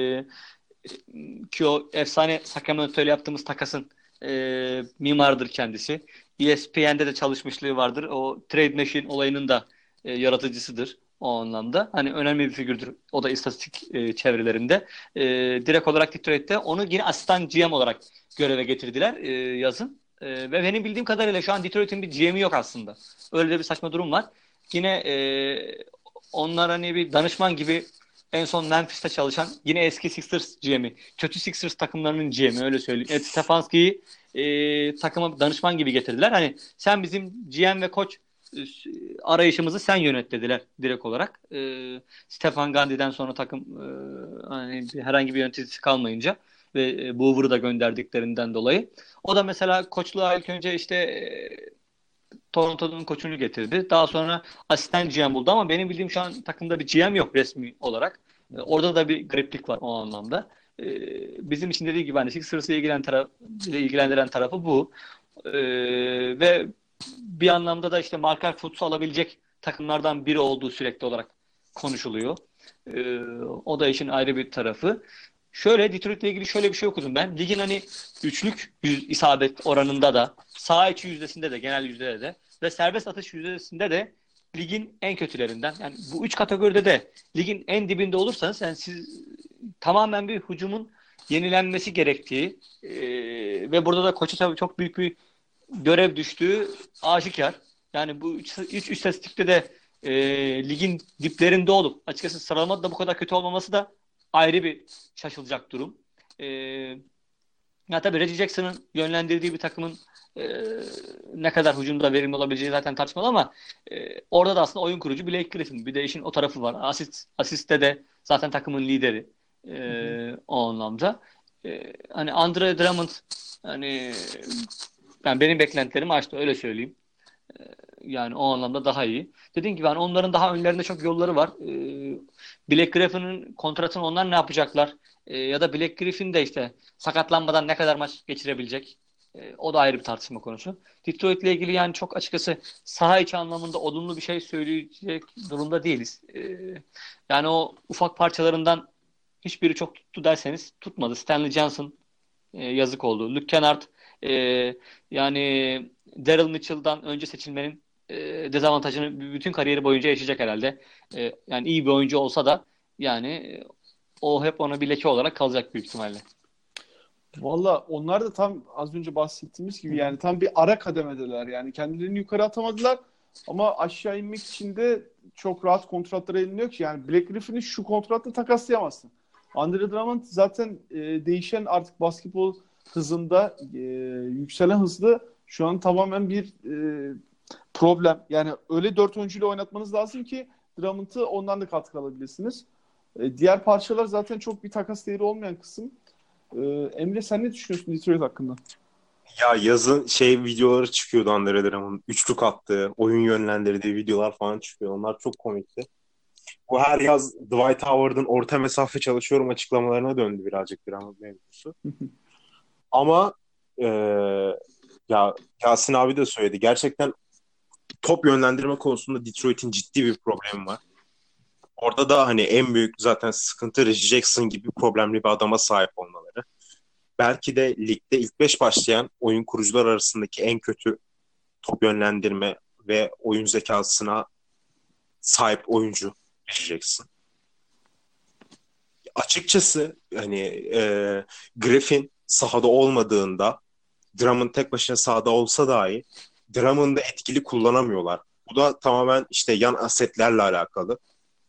ki o efsane Sacramento ile yaptığımız takasın e, mimarıdır kendisi. E S P N'de de çalışmışlığı vardır. O Trade Machine olayının da e, yaratıcısıdır o anlamda. Hani önemli bir figürdür. O da istatistik e, çevrelerinde. E, direkt olarak Detroit'te onu yine asistan G M olarak göreve getirdiler e, yazın. E, ve benim bildiğim kadarıyla şu an Detroit'in bir G M'i yok aslında. Öyle de bir saçma durum var. Yine e, onlar hani bir danışman gibi en son Memphis'te çalışan yine eski Sixers G M'i. Kötü Sixers takımlarının G M'i öyle söyleyeyim. Ed Stefanski'yi e, takıma danışman gibi getirdiler. Hani sen bizim G M ve koç e, arayışımızı sen yönet dediler direkt olarak. E, Stefan Gandhi'den sonra takım e, hani herhangi bir yöneticisi kalmayınca ve e, Boover'ı da gönderdiklerinden dolayı. O da mesela koçluğa ilk önce işte e, Toronto'nun koçunu getirdi. Daha sonra asistan G M buldu ama benim bildiğim şu an takımda bir G M yok resmi olarak. E, Orada da bir gariplik var o anlamda. E, bizim için dediği gibi hani Sixers'ı ilgilen taraf, ilgilendiren tarafı bu. E, ve bir anlamda da işte Markel Fultz'u alabilecek takımlardan biri olduğu sürekli olarak konuşuluyor. E, o da işin ayrı bir tarafı. Şöyle Detroit'le ilgili şöyle bir şey okudum ben. Ligin hani üçlük yüz, isabet oranında da sağ içi yüzdesinde de genel yüzdede de ve serbest atış yüzdesinde de ligin en kötülerinden. Yani bu üç kategoride de ligin en dibinde olursanız yani siz tamamen bir hücumun yenilenmesi gerektiği e, ve burada da koça tabii çok büyük bir görev düştüğü aşikar. Yani bu üç, üç istatistikte de e, ligin diplerinde olup açıkçası sıralamada da bu kadar kötü olmaması da ayrı bir şaşılacak durum. E, ya tabii Reggie Jackson'ın yönlendirdiği bir takımın e, ne kadar hücumda verimli olabileceği zaten tartışmalı ama e, orada da aslında oyun kurucu Blake Griffin. Bir de işin o tarafı var. Asist, asiste de zaten takımın lideri Hı hı. e, o anlamda. E, hani Andre Drummond hani yani benim beklentilerimi aştı öyle söyleyeyim. Yani o anlamda daha iyi. Dediğim gibi hani onların daha önlerinde çok yolları var. Ee, Black Griffin'in kontratını onlar ne yapacaklar? Ee, ya da Black Griffin de işte sakatlanmadan ne kadar maç geçirebilecek? Ee, o da ayrı bir tartışma konusu. Detroit'le ilgili yani çok açıkçası saha içi anlamında olumlu bir şey söyleyecek durumda değiliz. Ee, yani o ufak parçalarından hiçbiri çok tuttu derseniz tutmadı. Stanley Johnson e, yazık oldu. Luke Kennard e, yani Daryl Mitchell'dan önce seçilmenin e, dezavantajını bütün kariyeri boyunca yaşayacak herhalde. E, yani iyi bir oyuncu olsa da yani e, o hep ona bir leke olarak kalacak büyük ihtimalle. Valla onlar da tam az önce bahsettiğimiz gibi yani tam bir ara kademedeler. Yani kendilerini yukarı atamadılar ama aşağı inmek için de çok rahat kontratlara eliniyor ki. Yani Black Griffin'i şu kontratla takaslayamazsın. Andre Drummond zaten e, değişen artık basketbol hızında e, yükselen hızlı şu an tamamen bir e, problem. Yani öyle dört oyuncuyla oynatmanız lazım ki Drummond'ı ondan da katkı alabilirsiniz. E, diğer parçalar zaten çok bir takas değeri olmayan kısım. Ee, Emre sen ne düşünüyorsun Detroit hakkında? Ya yazın şey videoları çıkıyordu Andre Drummond'un üçlük attığı, oyun yönlendirdiği videolar falan çıkıyor. Onlar çok komikti. Bu her yaz Dwight Howard'ın orta mesafe çalışıyorum açıklamalarına döndü birazcık Drummond mevzusu. Ama e, ya Yasin abi de söyledi. Gerçekten top yönlendirme konusunda Detroit'in ciddi bir problemi var. Orada da hani en büyük zaten sıkıntı Reggie Jackson gibi problemli bir adama sahip olmaları. Belki de ligde ilk beş başlayan oyun kurucular arasındaki en kötü top yönlendirme ve oyun zekasına sahip oyuncu Reggie Jackson. Açıkçası hani e, Griffin sahada olmadığında Drummond tek başına sahada olsa dahi Drummond'ı etkili kullanamıyorlar. Bu da tamamen işte yan asetlerle alakalı.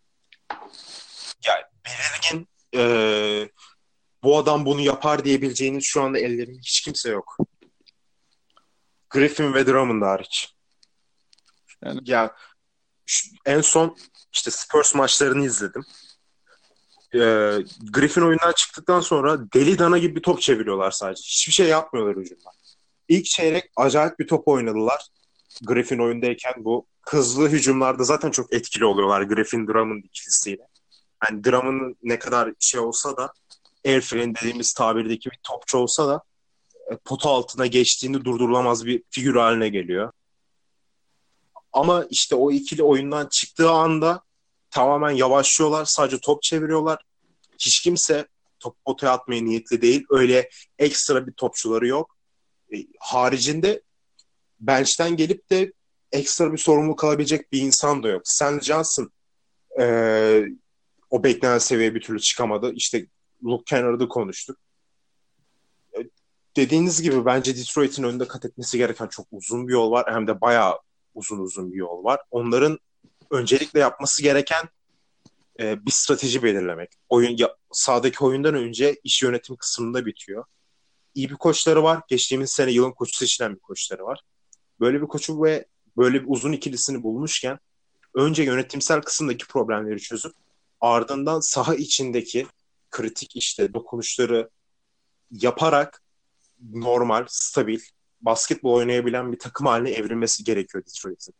Yani belirgin e, bu adam bunu yapar diyebileceğiniz şu anda ellerinde hiç kimse yok. Griffin ve Drummond hariç. Yani Ya şu- en son işte Spurs maçlarını izledim. Ee, Griffin oyundan çıktıktan sonra deli dana gibi bir top çeviriyorlar sadece. Hiçbir şey yapmıyorlar hücumda. İlk çeyrek acayip bir top oynadılar. Griffin oyundayken bu hızlı hücumlarda zaten çok etkili oluyorlar Griffin Drummond ikilisiyle. Yani Drummond ne kadar şey olsa da airframe dediğimiz tabirdeki bir topçu olsa da e, pota altına geçtiğinde durdurulamaz bir figür haline geliyor. Ama işte o ikili oyundan çıktığı anda tamamen yavaşlıyorlar. Sadece top çeviriyorlar. Hiç kimse top potaya atmaya niyetli değil. Öyle ekstra bir topçuları yok. E, haricinde bench'ten gelip de ekstra bir sorumluluk alabilecek bir insan da yok. Stan Johnson e, o beklenen seviyeye bir türlü çıkamadı. İşte Luke Kennard'ı konuştuk. E, dediğiniz gibi bence Detroit'in önünde kat etmesi gereken çok uzun bir yol var. Hem de bayağı uzun uzun bir yol var. Onların öncelikle yapması gereken e, bir strateji belirlemek. Oyun ya, sahadaki oyundan önce iş yönetim kısmında bitiyor. İyi bir koçları var. Geçtiğimiz sene yılın koçu seçilen bir koçları var. Böyle bir koçu ve böyle bir uzun ikilisini bulmuşken önce yönetimsel kısımdaki problemleri çözüp ardından saha içindeki kritik işte dokunuşları yaparak normal, stabil basketbol oynayabilen bir takım haline evrilmesi gerekiyor Detroit'in.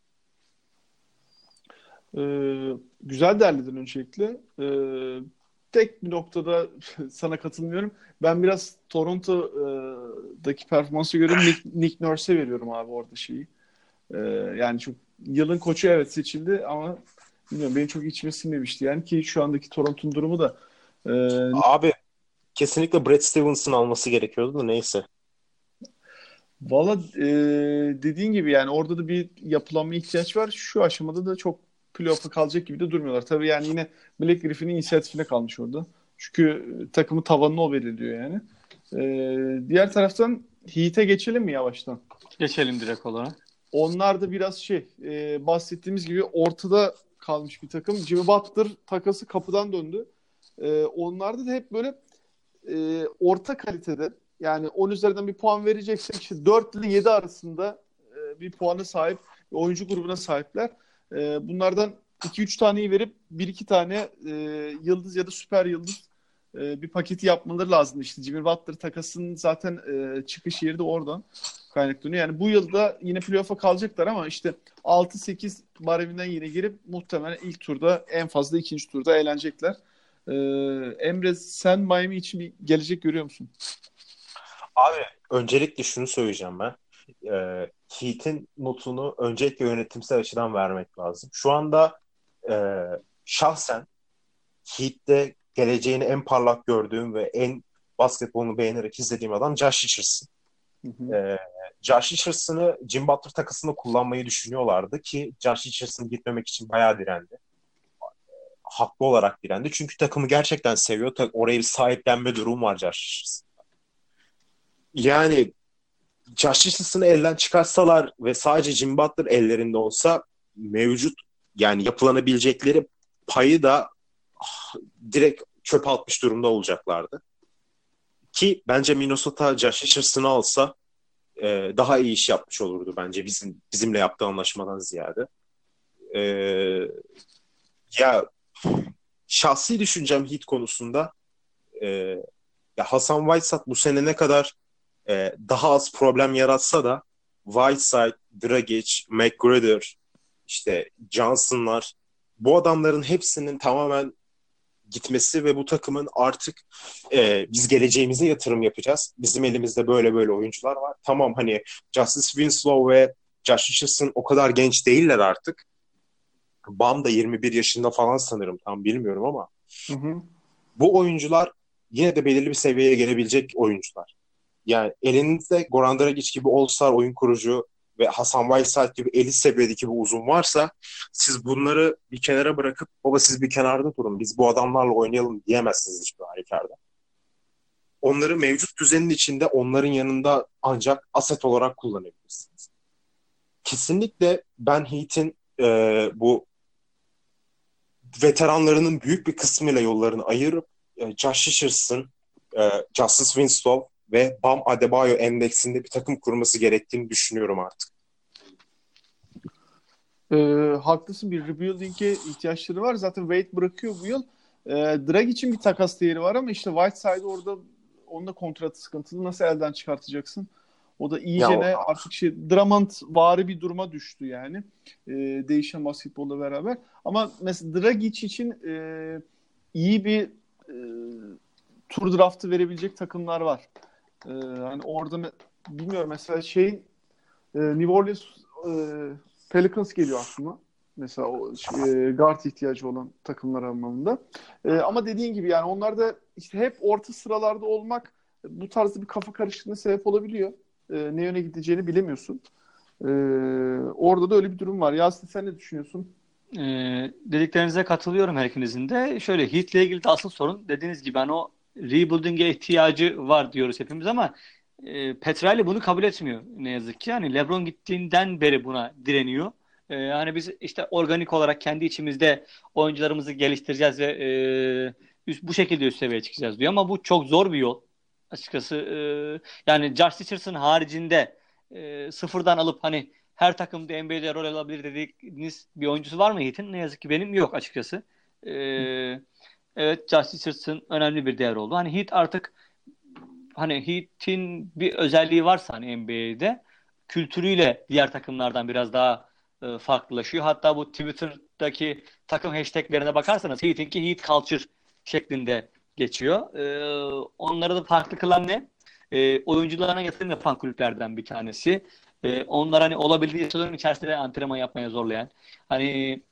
Ee, güzel derledin öncelikle. Ee, tek bir noktada sana katılmıyorum. Ben biraz Toronto'daki performansı göre Nick, Nick Nurse'e veriyorum abi orada şeyi. Ee, yani çok yılın koçu evet seçildi ama bilmiyorum benim çok içime sinmemişti. Yani ki şu andaki Toronto'nun durumu da e, Abi kesinlikle Brad Stevens'ın alması gerekiyordu da neyse. valla e, dediğin gibi yani orada da bir yapılanma ihtiyaç var. Şu aşamada da çok playoff'a kalacak gibi de durmuyorlar. Tabii yani yine Black Griffin'in inisiyatifine kalmış orada. Çünkü takımın tavanını o belirliyor yani. E, diğer taraftan Heat'e geçelim mi yavaştan? Geçelim direkt olarak. Onlar da biraz şey e, bahsettiğimiz gibi ortada kalmış bir takım. Jimmy Butler takası kapıdan döndü. E, onlarda da hep böyle e, orta kalitede yani on üzerinden bir puan vereceksek işte dört ile yedi arasında e, bir puana sahip bir oyuncu grubuna sahipler. E, bunlardan iki üç taneyi verip bir iki tane e, yıldız ya da süper yıldız e, bir paketi yapmaları lazım. İşte Jimmy Butler takasının zaten e, çıkış yeri de oradan kaynaklanıyor. Yani bu yılda yine playoff'a kalacaklar ama işte altı sekiz bareminden yine girip muhtemelen ilk turda en fazla ikinci turda eğlenecekler. Ee, Emre sen Miami için bir gelecek görüyor musun? Abi öncelikle şunu söyleyeceğim ben. Ee, Heat'in notunu öncelikle yönetimsel açıdan vermek lazım. Şu anda e, şahsen Heat'te geleceğini en parlak gördüğüm ve en basketbolunu beğenerek izlediğim adam Josh Richardson. Hı hı. Ee, Josh Richardson'ı Jim Butler takasında kullanmayı düşünüyorlardı ki Josh Richardson gitmemek için bayağı direndi. Haklı olarak direndi. Çünkü takımı gerçekten seviyor. Ta- Oraya bir sahiplenme durum var Josh Richardson. Yani Josh Richardson'ı elden çıkarsalar ve sadece Jim Butler ellerinde olsa mevcut yani yapılanabilecekleri payı da ah, direkt çöpe atmış durumda olacaklardı. Ki bence Minnesota Josh Richardson'ı alsa e, daha iyi iş yapmış olurdu bence bizim bizimle yaptığı anlaşmadan ziyade. E, ya şahsi düşüncem Heat konusunda e, ya Hasan Whiteside bu sene ne kadar e, daha az problem yaratsa da Whiteside, Dragic, McGruder, işte Johnson'lar bu adamların hepsinin tamamen gitmesi ve bu takımın artık e, biz geleceğimize yatırım yapacağız. Bizim elimizde böyle böyle oyuncular var. Tamam hani Justice Winslow ve Josh Richardson o kadar genç değiller artık. Bam da yirmi bir yaşında falan sanırım. Tam bilmiyorum ama Hı hı. bu oyuncular yine de belirli bir seviyeye gelebilecek oyuncular. Yani elinizde Goran Dragic gibi All-Star oyun kurucu ve Hasan Whiteside gibi elit seviyedeki bir uzun varsa siz bunları bir kenara bırakıp baba siz bir kenarda durun biz bu adamlarla oynayalım diyemezsiniz hiçbir halükarda. Onları mevcut düzenin içinde onların yanında ancak aset olarak kullanabilirsiniz. Kesinlikle ben Heat'in e, bu veteranlarının büyük bir kısmıyla yollarını ayırıp e, Josh Richardson, e, Justice Winslow ve Bam Adebayo endeksinde bir takım kurması gerektiğini düşünüyorum artık. Ee, haklısın, bir rebuilding'e ihtiyaçları var. Zaten Wade bırakıyor bu yıl. Ee, Drag için bir takas değeri var ama işte Whiteside orada onun da kontratı sıkıntılı. Nasıl elden çıkartacaksın? O da Ya o, iyicene artık şey Drummond vari bir duruma düştü yani. Ee, değişen basketbolla beraber. Ama mesela Dragic için e, iyi bir e, tur draftı verebilecek takımlar var. Ee, hani orada me- bilmiyorum mesela şey e, New Orleans e, Pelicans geliyor aklıma. Mesela o e, guard ihtiyacı olan takımlar anlamında. E, ama dediğin gibi yani onlar da işte hep orta sıralarda olmak bu tarzda bir kafa karışıklığına sebep olabiliyor. E, ne yöne gideceğini bilemiyorsun. E, orada da öyle bir durum var. Yasin sen ne düşünüyorsun? Ee, dediklerinize katılıyorum her ikinizin de. Şöyle Heat'le ilgili de asıl sorun dediğiniz gibi hani o rebuilding'e ihtiyacı var diyoruz hepimiz ama e, Petrelli bunu kabul etmiyor ne yazık ki. Hani LeBron gittiğinden beri buna direniyor. Ee, hani biz işte organik olarak kendi içimizde oyuncularımızı geliştireceğiz ve e, üst, bu şekilde üst seviyeye çıkacağız diyor ama bu çok zor bir yol. Açıkçası e, yani Josh Richardson haricinde e, sıfırdan alıp hani her takımda N B A'de rol alabilir dediğiniz bir oyuncusu var mı Heat'in? Ne yazık ki benim yok açıkçası. Ee, evet Josh Richardson önemli bir değer oldu. Hani Heat artık hani Heat'in bir özelliği varsa hani N B A'de kültürüyle diğer takımlardan biraz daha e, farklılaşıyor. Hatta bu Twitter'daki takım hashtaglerine bakarsanız Heat'inki Heat Culture şeklinde geçiyor. Ee, onları da farklı kılan ne? Ee, oyuncularına yatırım yapan kulüplerden bir tanesi. Ee, onlar hani olabildiği sezonun içerisinde antrenman yapmaya zorlayan, hani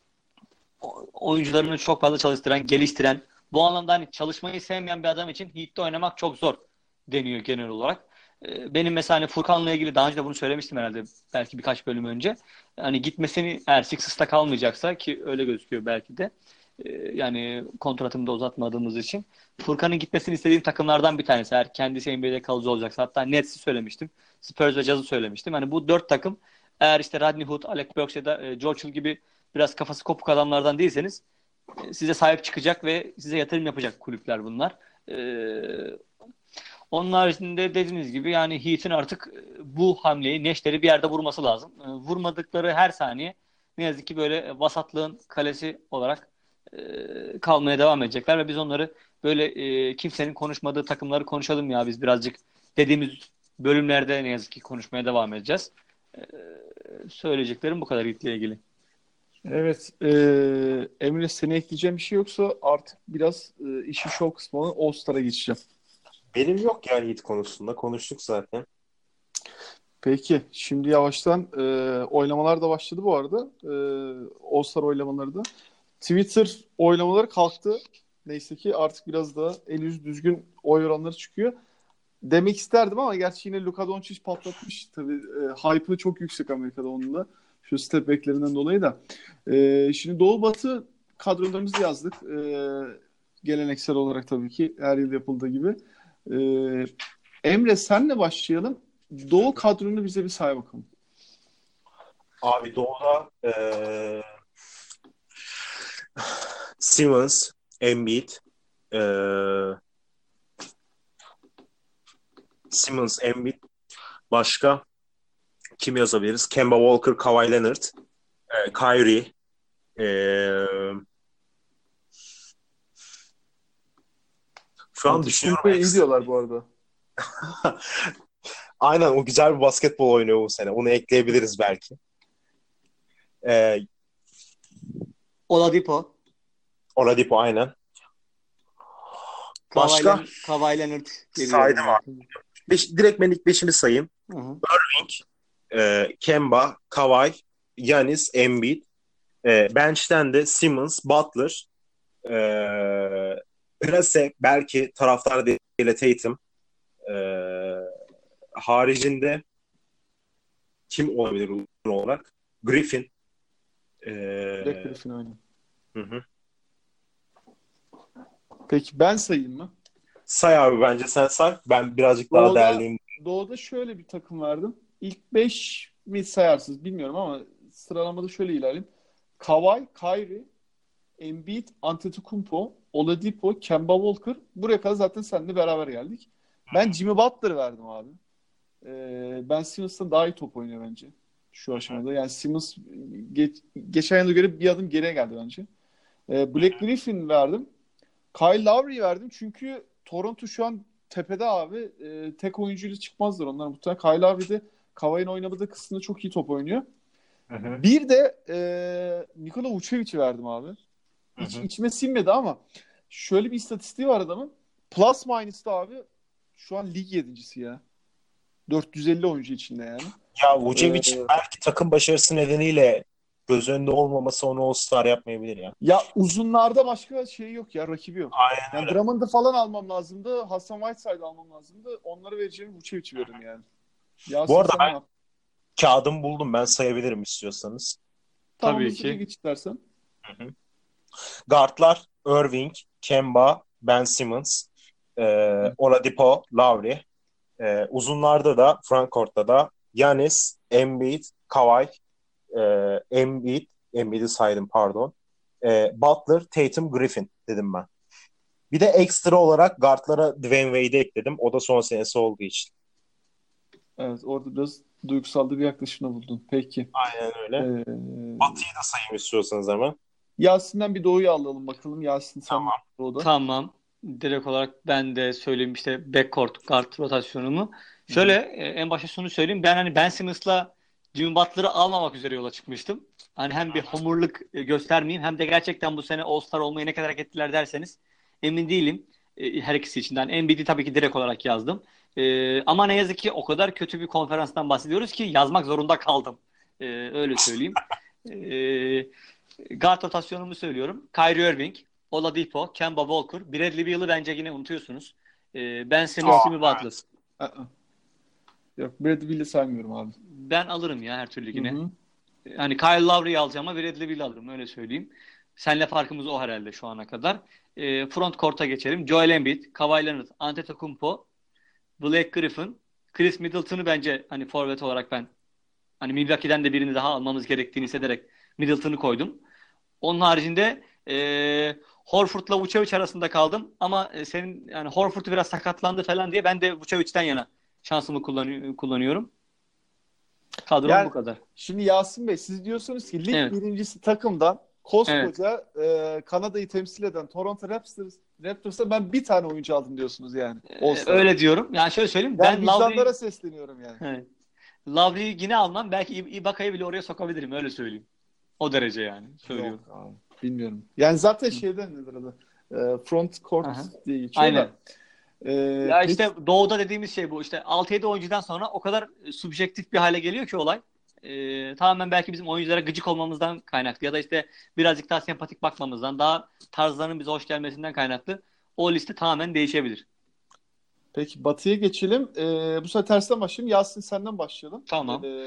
o- oyuncularını çok fazla çalıştıran, geliştiren, bu anlamda hani çalışmayı sevmeyen bir adam için Heat'te oynamak çok zor deniyor genel olarak. Ee, Benim mesela hani Furkan'la ilgili daha önce de bunu söylemiştim herhalde belki birkaç bölüm önce. Hani gitmesini eğer Sixers'ta kalmayacaksa ki öyle gözüküyor belki de. Ee, Yani kontratını da uzatmadığımız için. Furkan'ın gitmesini istediğim takımlardan bir tanesi. Eğer kendisi N B A'de kalıcı olacaksa. Hatta Nets'i söylemiştim. Spurs ve Jazz'ı söylemiştim. Hani bu dört takım eğer işte Rodney Hood, Alec Burks ya da e, George Hill gibi biraz kafası kopuk adamlardan değilseniz e, size sahip çıkacak ve size yatırım yapacak kulüpler bunlar. E, Onun haricinde dediğiniz gibi yani Heat'in artık bu hamleyi, neşteri bir yerde vurması lazım. E, Vurmadıkları her saniye ne yazık ki böyle vasatlığın kalesi olarak e, kalmaya devam edecekler ve biz onları böyle e, kimsenin konuşmadığı takımları konuşalım ya biz birazcık dediğimiz bölümlerde ne yazık ki konuşmaya devam edeceğiz. E, Söyleyeceklerim bu kadar Heat'le ilgili. Evet, e, Emre seni ekleyeceğim bir şey yoksa artık biraz e, işin şov kısmı olan All-Star'a geçeceğim. Benim yok ya Heat konusunda. Konuştuk zaten. Peki, şimdi yavaştan e, oylamalar da başladı bu arada. E, All-Star oylamaları da. Twitter oylamaları kalktı. Neyse ki artık biraz daha el yüz düzgün oy oranları çıkıyor. Demek isterdim ama gerçi yine Luka Doncic patlatmış. Tabii e, hype'ı çok yüksek Amerika'da onun da. Şu step backlerinden dolayı da. E, şimdi Doğu Batı kadrolarımızı yazdık. E, geleneksel olarak tabii ki her yıl yapıldığı gibi. E, Emre senle başlayalım. Doğu kadronu bize bir say bakalım. Abi Doğu'da eee Simmons, Embiid, eee Simmons, Embiid, başka kim yazabiliriz? Kemba Walker, Kawhi Leonard, eee, Kyrie, eee, şu an düşünüyorum. Antetokounmpo'ya iyi diyorlar bu arada. Aynen, o güzel bir basketbol oynuyor bu sene. Onu ekleyebiliriz belki. Ee, Oladipo, Oladipo aynen. Kawhi Başka? Leonard, Kawhi Leonard Saydım geliyorum. abi. Beş, direkt ben ilk beşimi sayayım. Hı hı. Irving, e, Kemba, Kawhi, Giannis, Embiid. E, bench'ten de Simmons, Butler, e, Prase, belki taraftar değil Tatum. E, haricinde kim olabilir uzun olarak? Griffin. E, Black Griffin oynuyor. hı hı. Peki ben sayayım mı? Say abi, bence sen say. Ben birazcık daha Doğu'da, derleyeyim. Doğu'da şöyle bir takım verdim. İlk beş mi sayarsınız bilmiyorum ama sıralamada şöyle ilerleyeyim. Kawhi, Kyrie, Embiid, Antetokounmpo, Oladipo, Kemba Walker. Buraya kadar zaten seninle beraber geldik. Ben Jimmy Butler verdim abi. Ee, Ben Simmons'tan daha iyi top oynuyor bence şu aşamada. Yani Simmons geç, geçen yıla göre bir adım geriye geldi bence. Ee, Black Griffin verdim. Kyle Lowry verdim çünkü Toronto şu an tepede abi. Ee, tek oyuncuyla çıkmazlar onlar muhtemelen. Kyle Lowry de Kawhi'nin oynamadığı kısmında çok iyi top oynuyor. Hı hı. Bir de e, Nikola Vucevic'i verdim abi. Hiç Hı hı. içime sinmedi ama şöyle bir istatistiği var adamın. Plus minus'ta abi şu an lig yedincisi ya. dört yüz elli oyuncu içinde yani. Ya Vucevic Ee, belki takım başarısı nedeniyle göz önünde olmaması onu All-Star yapmayabilir ya. Ya uzunlarda başka şey yok ya, rakibi yok. Aynen Yani öyle. Drummond'u falan almam lazımdı. Hasan Whiteside'ı almam lazımdı. Onları vereceğim Vucevic'i veririm yani. Bu Yasin arada sen ne ben yap? kağıdımı buldum. Ben sayabilirim istiyorsanız. Tamam, Tabii hızlıca ki. geç istersen. Hı hı. Guardlar Irving, Kemba, Ben Simmons, e, Oladipo, Lowry. E, uzunlarda da frontcourt'ta da Giannis, Embiid, Kawhi, e, Embiid, Embiid'i saydım pardon. E, Butler, Tatum, Griffin dedim ben. Bir de ekstra olarak guardlara Dwayne Wade'i ekledim. O da son senesi olduğu için. Evet, orada biraz duygusal da bir yaklaşımda buldun. Peki. Aynen öyle. Ee, Batı'yı da sayayım istiyorsanız hemen. Yasin'den bir doğuyu alalım bakalım. Yasin sen Tamam. doğuda. Tamam. Direkt olarak ben de söyleyeyim işte backcourt guard rotasyonumu. Şöyle e, en başta şunu söyleyeyim. Ben hani Ben Simmons'la Jimmy Butler'ı almamak üzere yola çıkmıştım. Hani hem bir homurluk e, göstermeyeyim hem de gerçekten bu sene All-Star olmayı ne kadar hak ettiler derseniz emin değilim. E, her ikisi içinden. Embiid'i tabii ki direkt olarak yazdım. E, ama ne yazık ki o kadar kötü bir konferanstan bahsediyoruz ki yazmak zorunda kaldım. E, öyle söyleyeyim. E, guard rotasyonumu söylüyorum. Kyrie Irving, Oladipo, Kemba Walker, Bradley Beal'ı bence yine unutuyorsunuz. Ee, Ben Simmons, Aa, Jimmy Butler. Aa. Yok, Bradley Beal'i saymıyorum abi. Ben alırım ya her türlü Hı yine. hı. Hani Kyle Lowry'yi alacağım ama Bradley Beal'ı alırım öyle söyleyeyim. Seninle farkımız o herhalde şu ana kadar. Ee, front court'a geçelim. Joel Embiid, Kawhi Leonard, Antetokounmpo, Blake Griffin, Chris Middleton'ı bence hani forvet olarak ben hani Milwaukee'den de birini daha almamız gerektiğini hissederek Middleton'ı koydum. Onun haricinde ee, Horford'la Vucevic arasında kaldım ama e, senin yani Horford biraz sakatlandı falan diye ben de Vucevic'ten yana şansımı kullanı- kullanıyorum. Kadrom Yani bu kadar. şimdi Yasin Bey, siz diyorsunuz ki lig Evet. birincisi takımdan Evet. koskoca e, Kanada'yı temsil eden Toronto Raptors, Raptors'a ben bir tane oyuncu aldım diyorsunuz yani. Ee, All-Star'a. öyle diyorum. Yani şöyle söyleyeyim. Yani Ben vicdanlara Lowry'i sesleniyorum yani. evet. Lowry'i yine almam. Belki İb- Ibaka'yı bile oraya sokabilirim. Öyle söyleyeyim. O derece yani. Yok Söylüyorum. abi, bilmiyorum. Yani zaten Hı. şeyden nedir adı? E, front court Aha. diye geçiyor Aynen. da. E, Ya peki işte doğuda dediğimiz şey bu. İşte altı yedi oyuncudan sonra o kadar e, subjektif bir hale geliyor ki olay. Ee, tamamen belki bizim oyunculara gıcık olmamızdan kaynaklı ya da işte birazcık daha sempatik bakmamızdan, daha tarzlarının bize hoş gelmesinden kaynaklı o liste tamamen değişebilir. peki Batı'ya geçelim. E, bu sefer tersten başlayalım. Yasin, senden başlayalım. Tamam. E,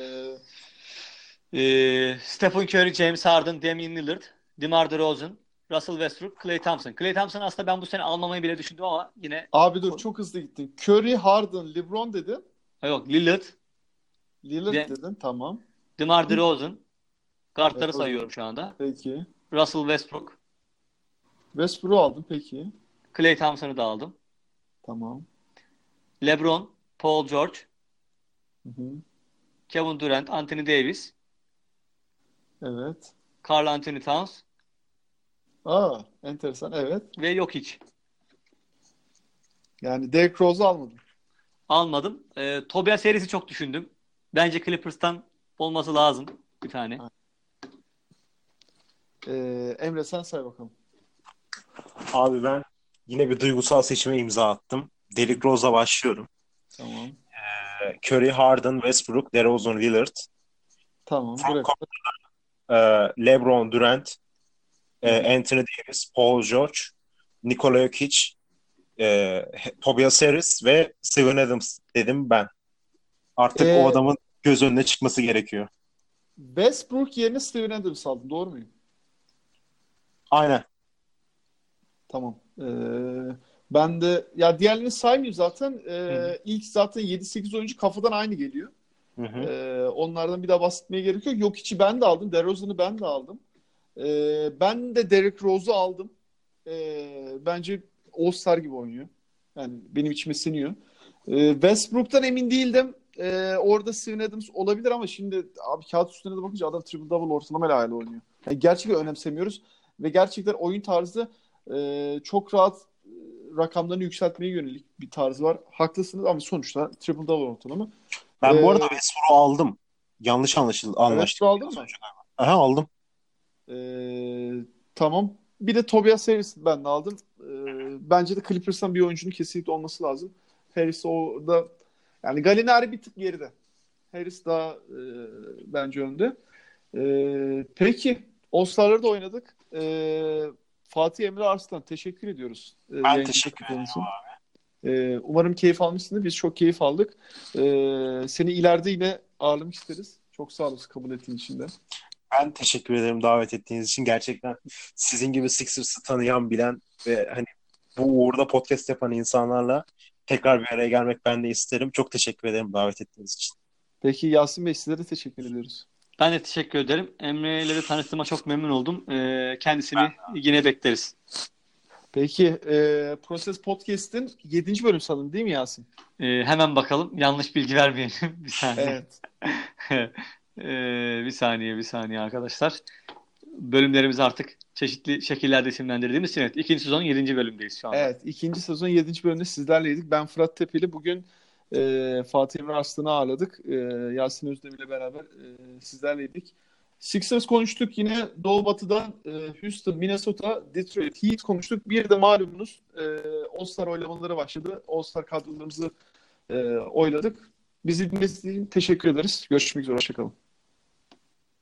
Ee, Stephen Curry, James Harden, Damian Lillard, DeMar DeRozan, Russell Westbrook, Klay Thompson. Klay Thompson aslında ben bu sene almamayı bile düşündüm ama yine abi dur, çok hızlı gittin. Curry, Harden, LeBron dedin. ha, yok Lillard, Lillard De dedin. Tamam. DeMar DeRozan, guardları Evet, sayıyorum şu anda. peki. Russell Westbrook, Westbrook'u aldım peki. Klay Thompson'ı da aldım. Tamam. LeBron, Paul George, Hı hı. Kevin Durant, Anthony Davis, Evet. Karl Anthony Towns Aa, enteresan. Evet. ve Jokic. Yani Derrick Rose'u almadım. Almadım. Ee, Tobias Harris'i çok düşündüm. Bence Clippers'tan olması lazım bir tane. Ee, Emre, sen say bakalım. Abi ben yine bir duygusal seçime imza attım. Derrick Rose'la başlıyorum. Tamam. Curry, Harden, Westbrook, DeRozan, Lillard. Tamam. Buraya Front kadar. court, e, LeBron, Durant, Hı hı. e, Anthony Davis, Paul George, Nikola Jokic, e, Tobias Harris ve Steven Adams dedim ben. Artık o Ee, adamın göz önüne çıkması gerekiyor. Westbrook yerine Steven Adams aldım. Doğru muyum? Aynen. Tamam. Ee, ben de ya diğerlerini saymayayım zaten. Hı hı. Ee, ilk zaten yedi sekiz oyuncu kafadan aynı geliyor. Hı hı. Ee, onlardan bir daha bahsetmeye gerek yok. Yok, içi ben de aldım. DeRozan'ı ben de aldım. Ee, ben de Derrick Rose'u aldım. Ee, bence All-Star gibi oynuyor. Yani benim içime siniyor. Ee, Westbrook'tan emin değildim. Ee, orada Steven Adams olabilir ama şimdi abi kağıt üstüne de bakınca adam triple double ortalamayla hala oynuyor. Yani gerçekten önemsemiyoruz ve gerçekten oyun tarzı e, çok rahat e, rakamlarını yükseltmeye yönelik bir tarzı var. Haklısınız ama sonuçta triple double ortalama. Ben bu arada Ee, Westbrook'u aldım. Yanlış anlaşıldı, anlaştık Westbrook aldın biraz mı? önce. Aha, aldım. Ee, tamam. Bir de Tobias Harris ben de aldım. Ee, bence de Clippers'tan bir oyuncunun kesinlikle olması lazım. Harris orada yani Gallinari bir tık geride. Harris daha e, bence önde. Ee, peki All-Star'ları da oynadık. Ee, Fatih Emre Arslan, teşekkür ediyoruz e, Ben yayın teşekkür ederim. için. Ee, umarım keyif almışsındır. Biz çok keyif aldık. Ee, seni ileride yine ağırlamak isteriz. Çok sağ olasın kabul ettiğin için de. Ben teşekkür ederim davet ettiğiniz için. Gerçekten sizin gibi Sixers'ı tanıyan, bilen ve hani bu uğurda podcast yapan insanlarla tekrar bir araya gelmek ben de isterim. Çok teşekkür ederim davet ettiğiniz için. Peki Yasin Bey, sizlere teşekkür ediyoruz. Ben de teşekkür ederim. Emre ile de tanıştığıma çok memnun oldum. Ee, kendisini yine bekleriz. Peki e, Proses Podcast'in yedinci bölüm sanırım değil mi Yasin? Ee, hemen bakalım. Yanlış bilgi vermeyelim. Bir saniye. Evet. Ee, bir saniye, bir saniye arkadaşlar. Bölümlerimizi artık çeşitli şekillerde isimlendirdiğimiz için evet, ikinci sezonun yedinci bölümdeyiz şu anda. Evet. ikinci sezon yedinci bölümde sizlerleydik. Ben Fırat Tepeli. Bugün e, Fatih Emre Arslan'ı ağırladık. E, Yasin Özdemir ile beraber e, sizlerleydik. Sixers konuştuk yine Doğu Batı'dan e, Houston, Minnesota, Detroit, Heat konuştuk. Bir de malumunuz e, All-Star oylamaları başladı. All-Star kadrolarımızı e, oyladık. Bizi dinlediğiniz için teşekkür ederiz. Görüşmek üzere. Hoşçakalın.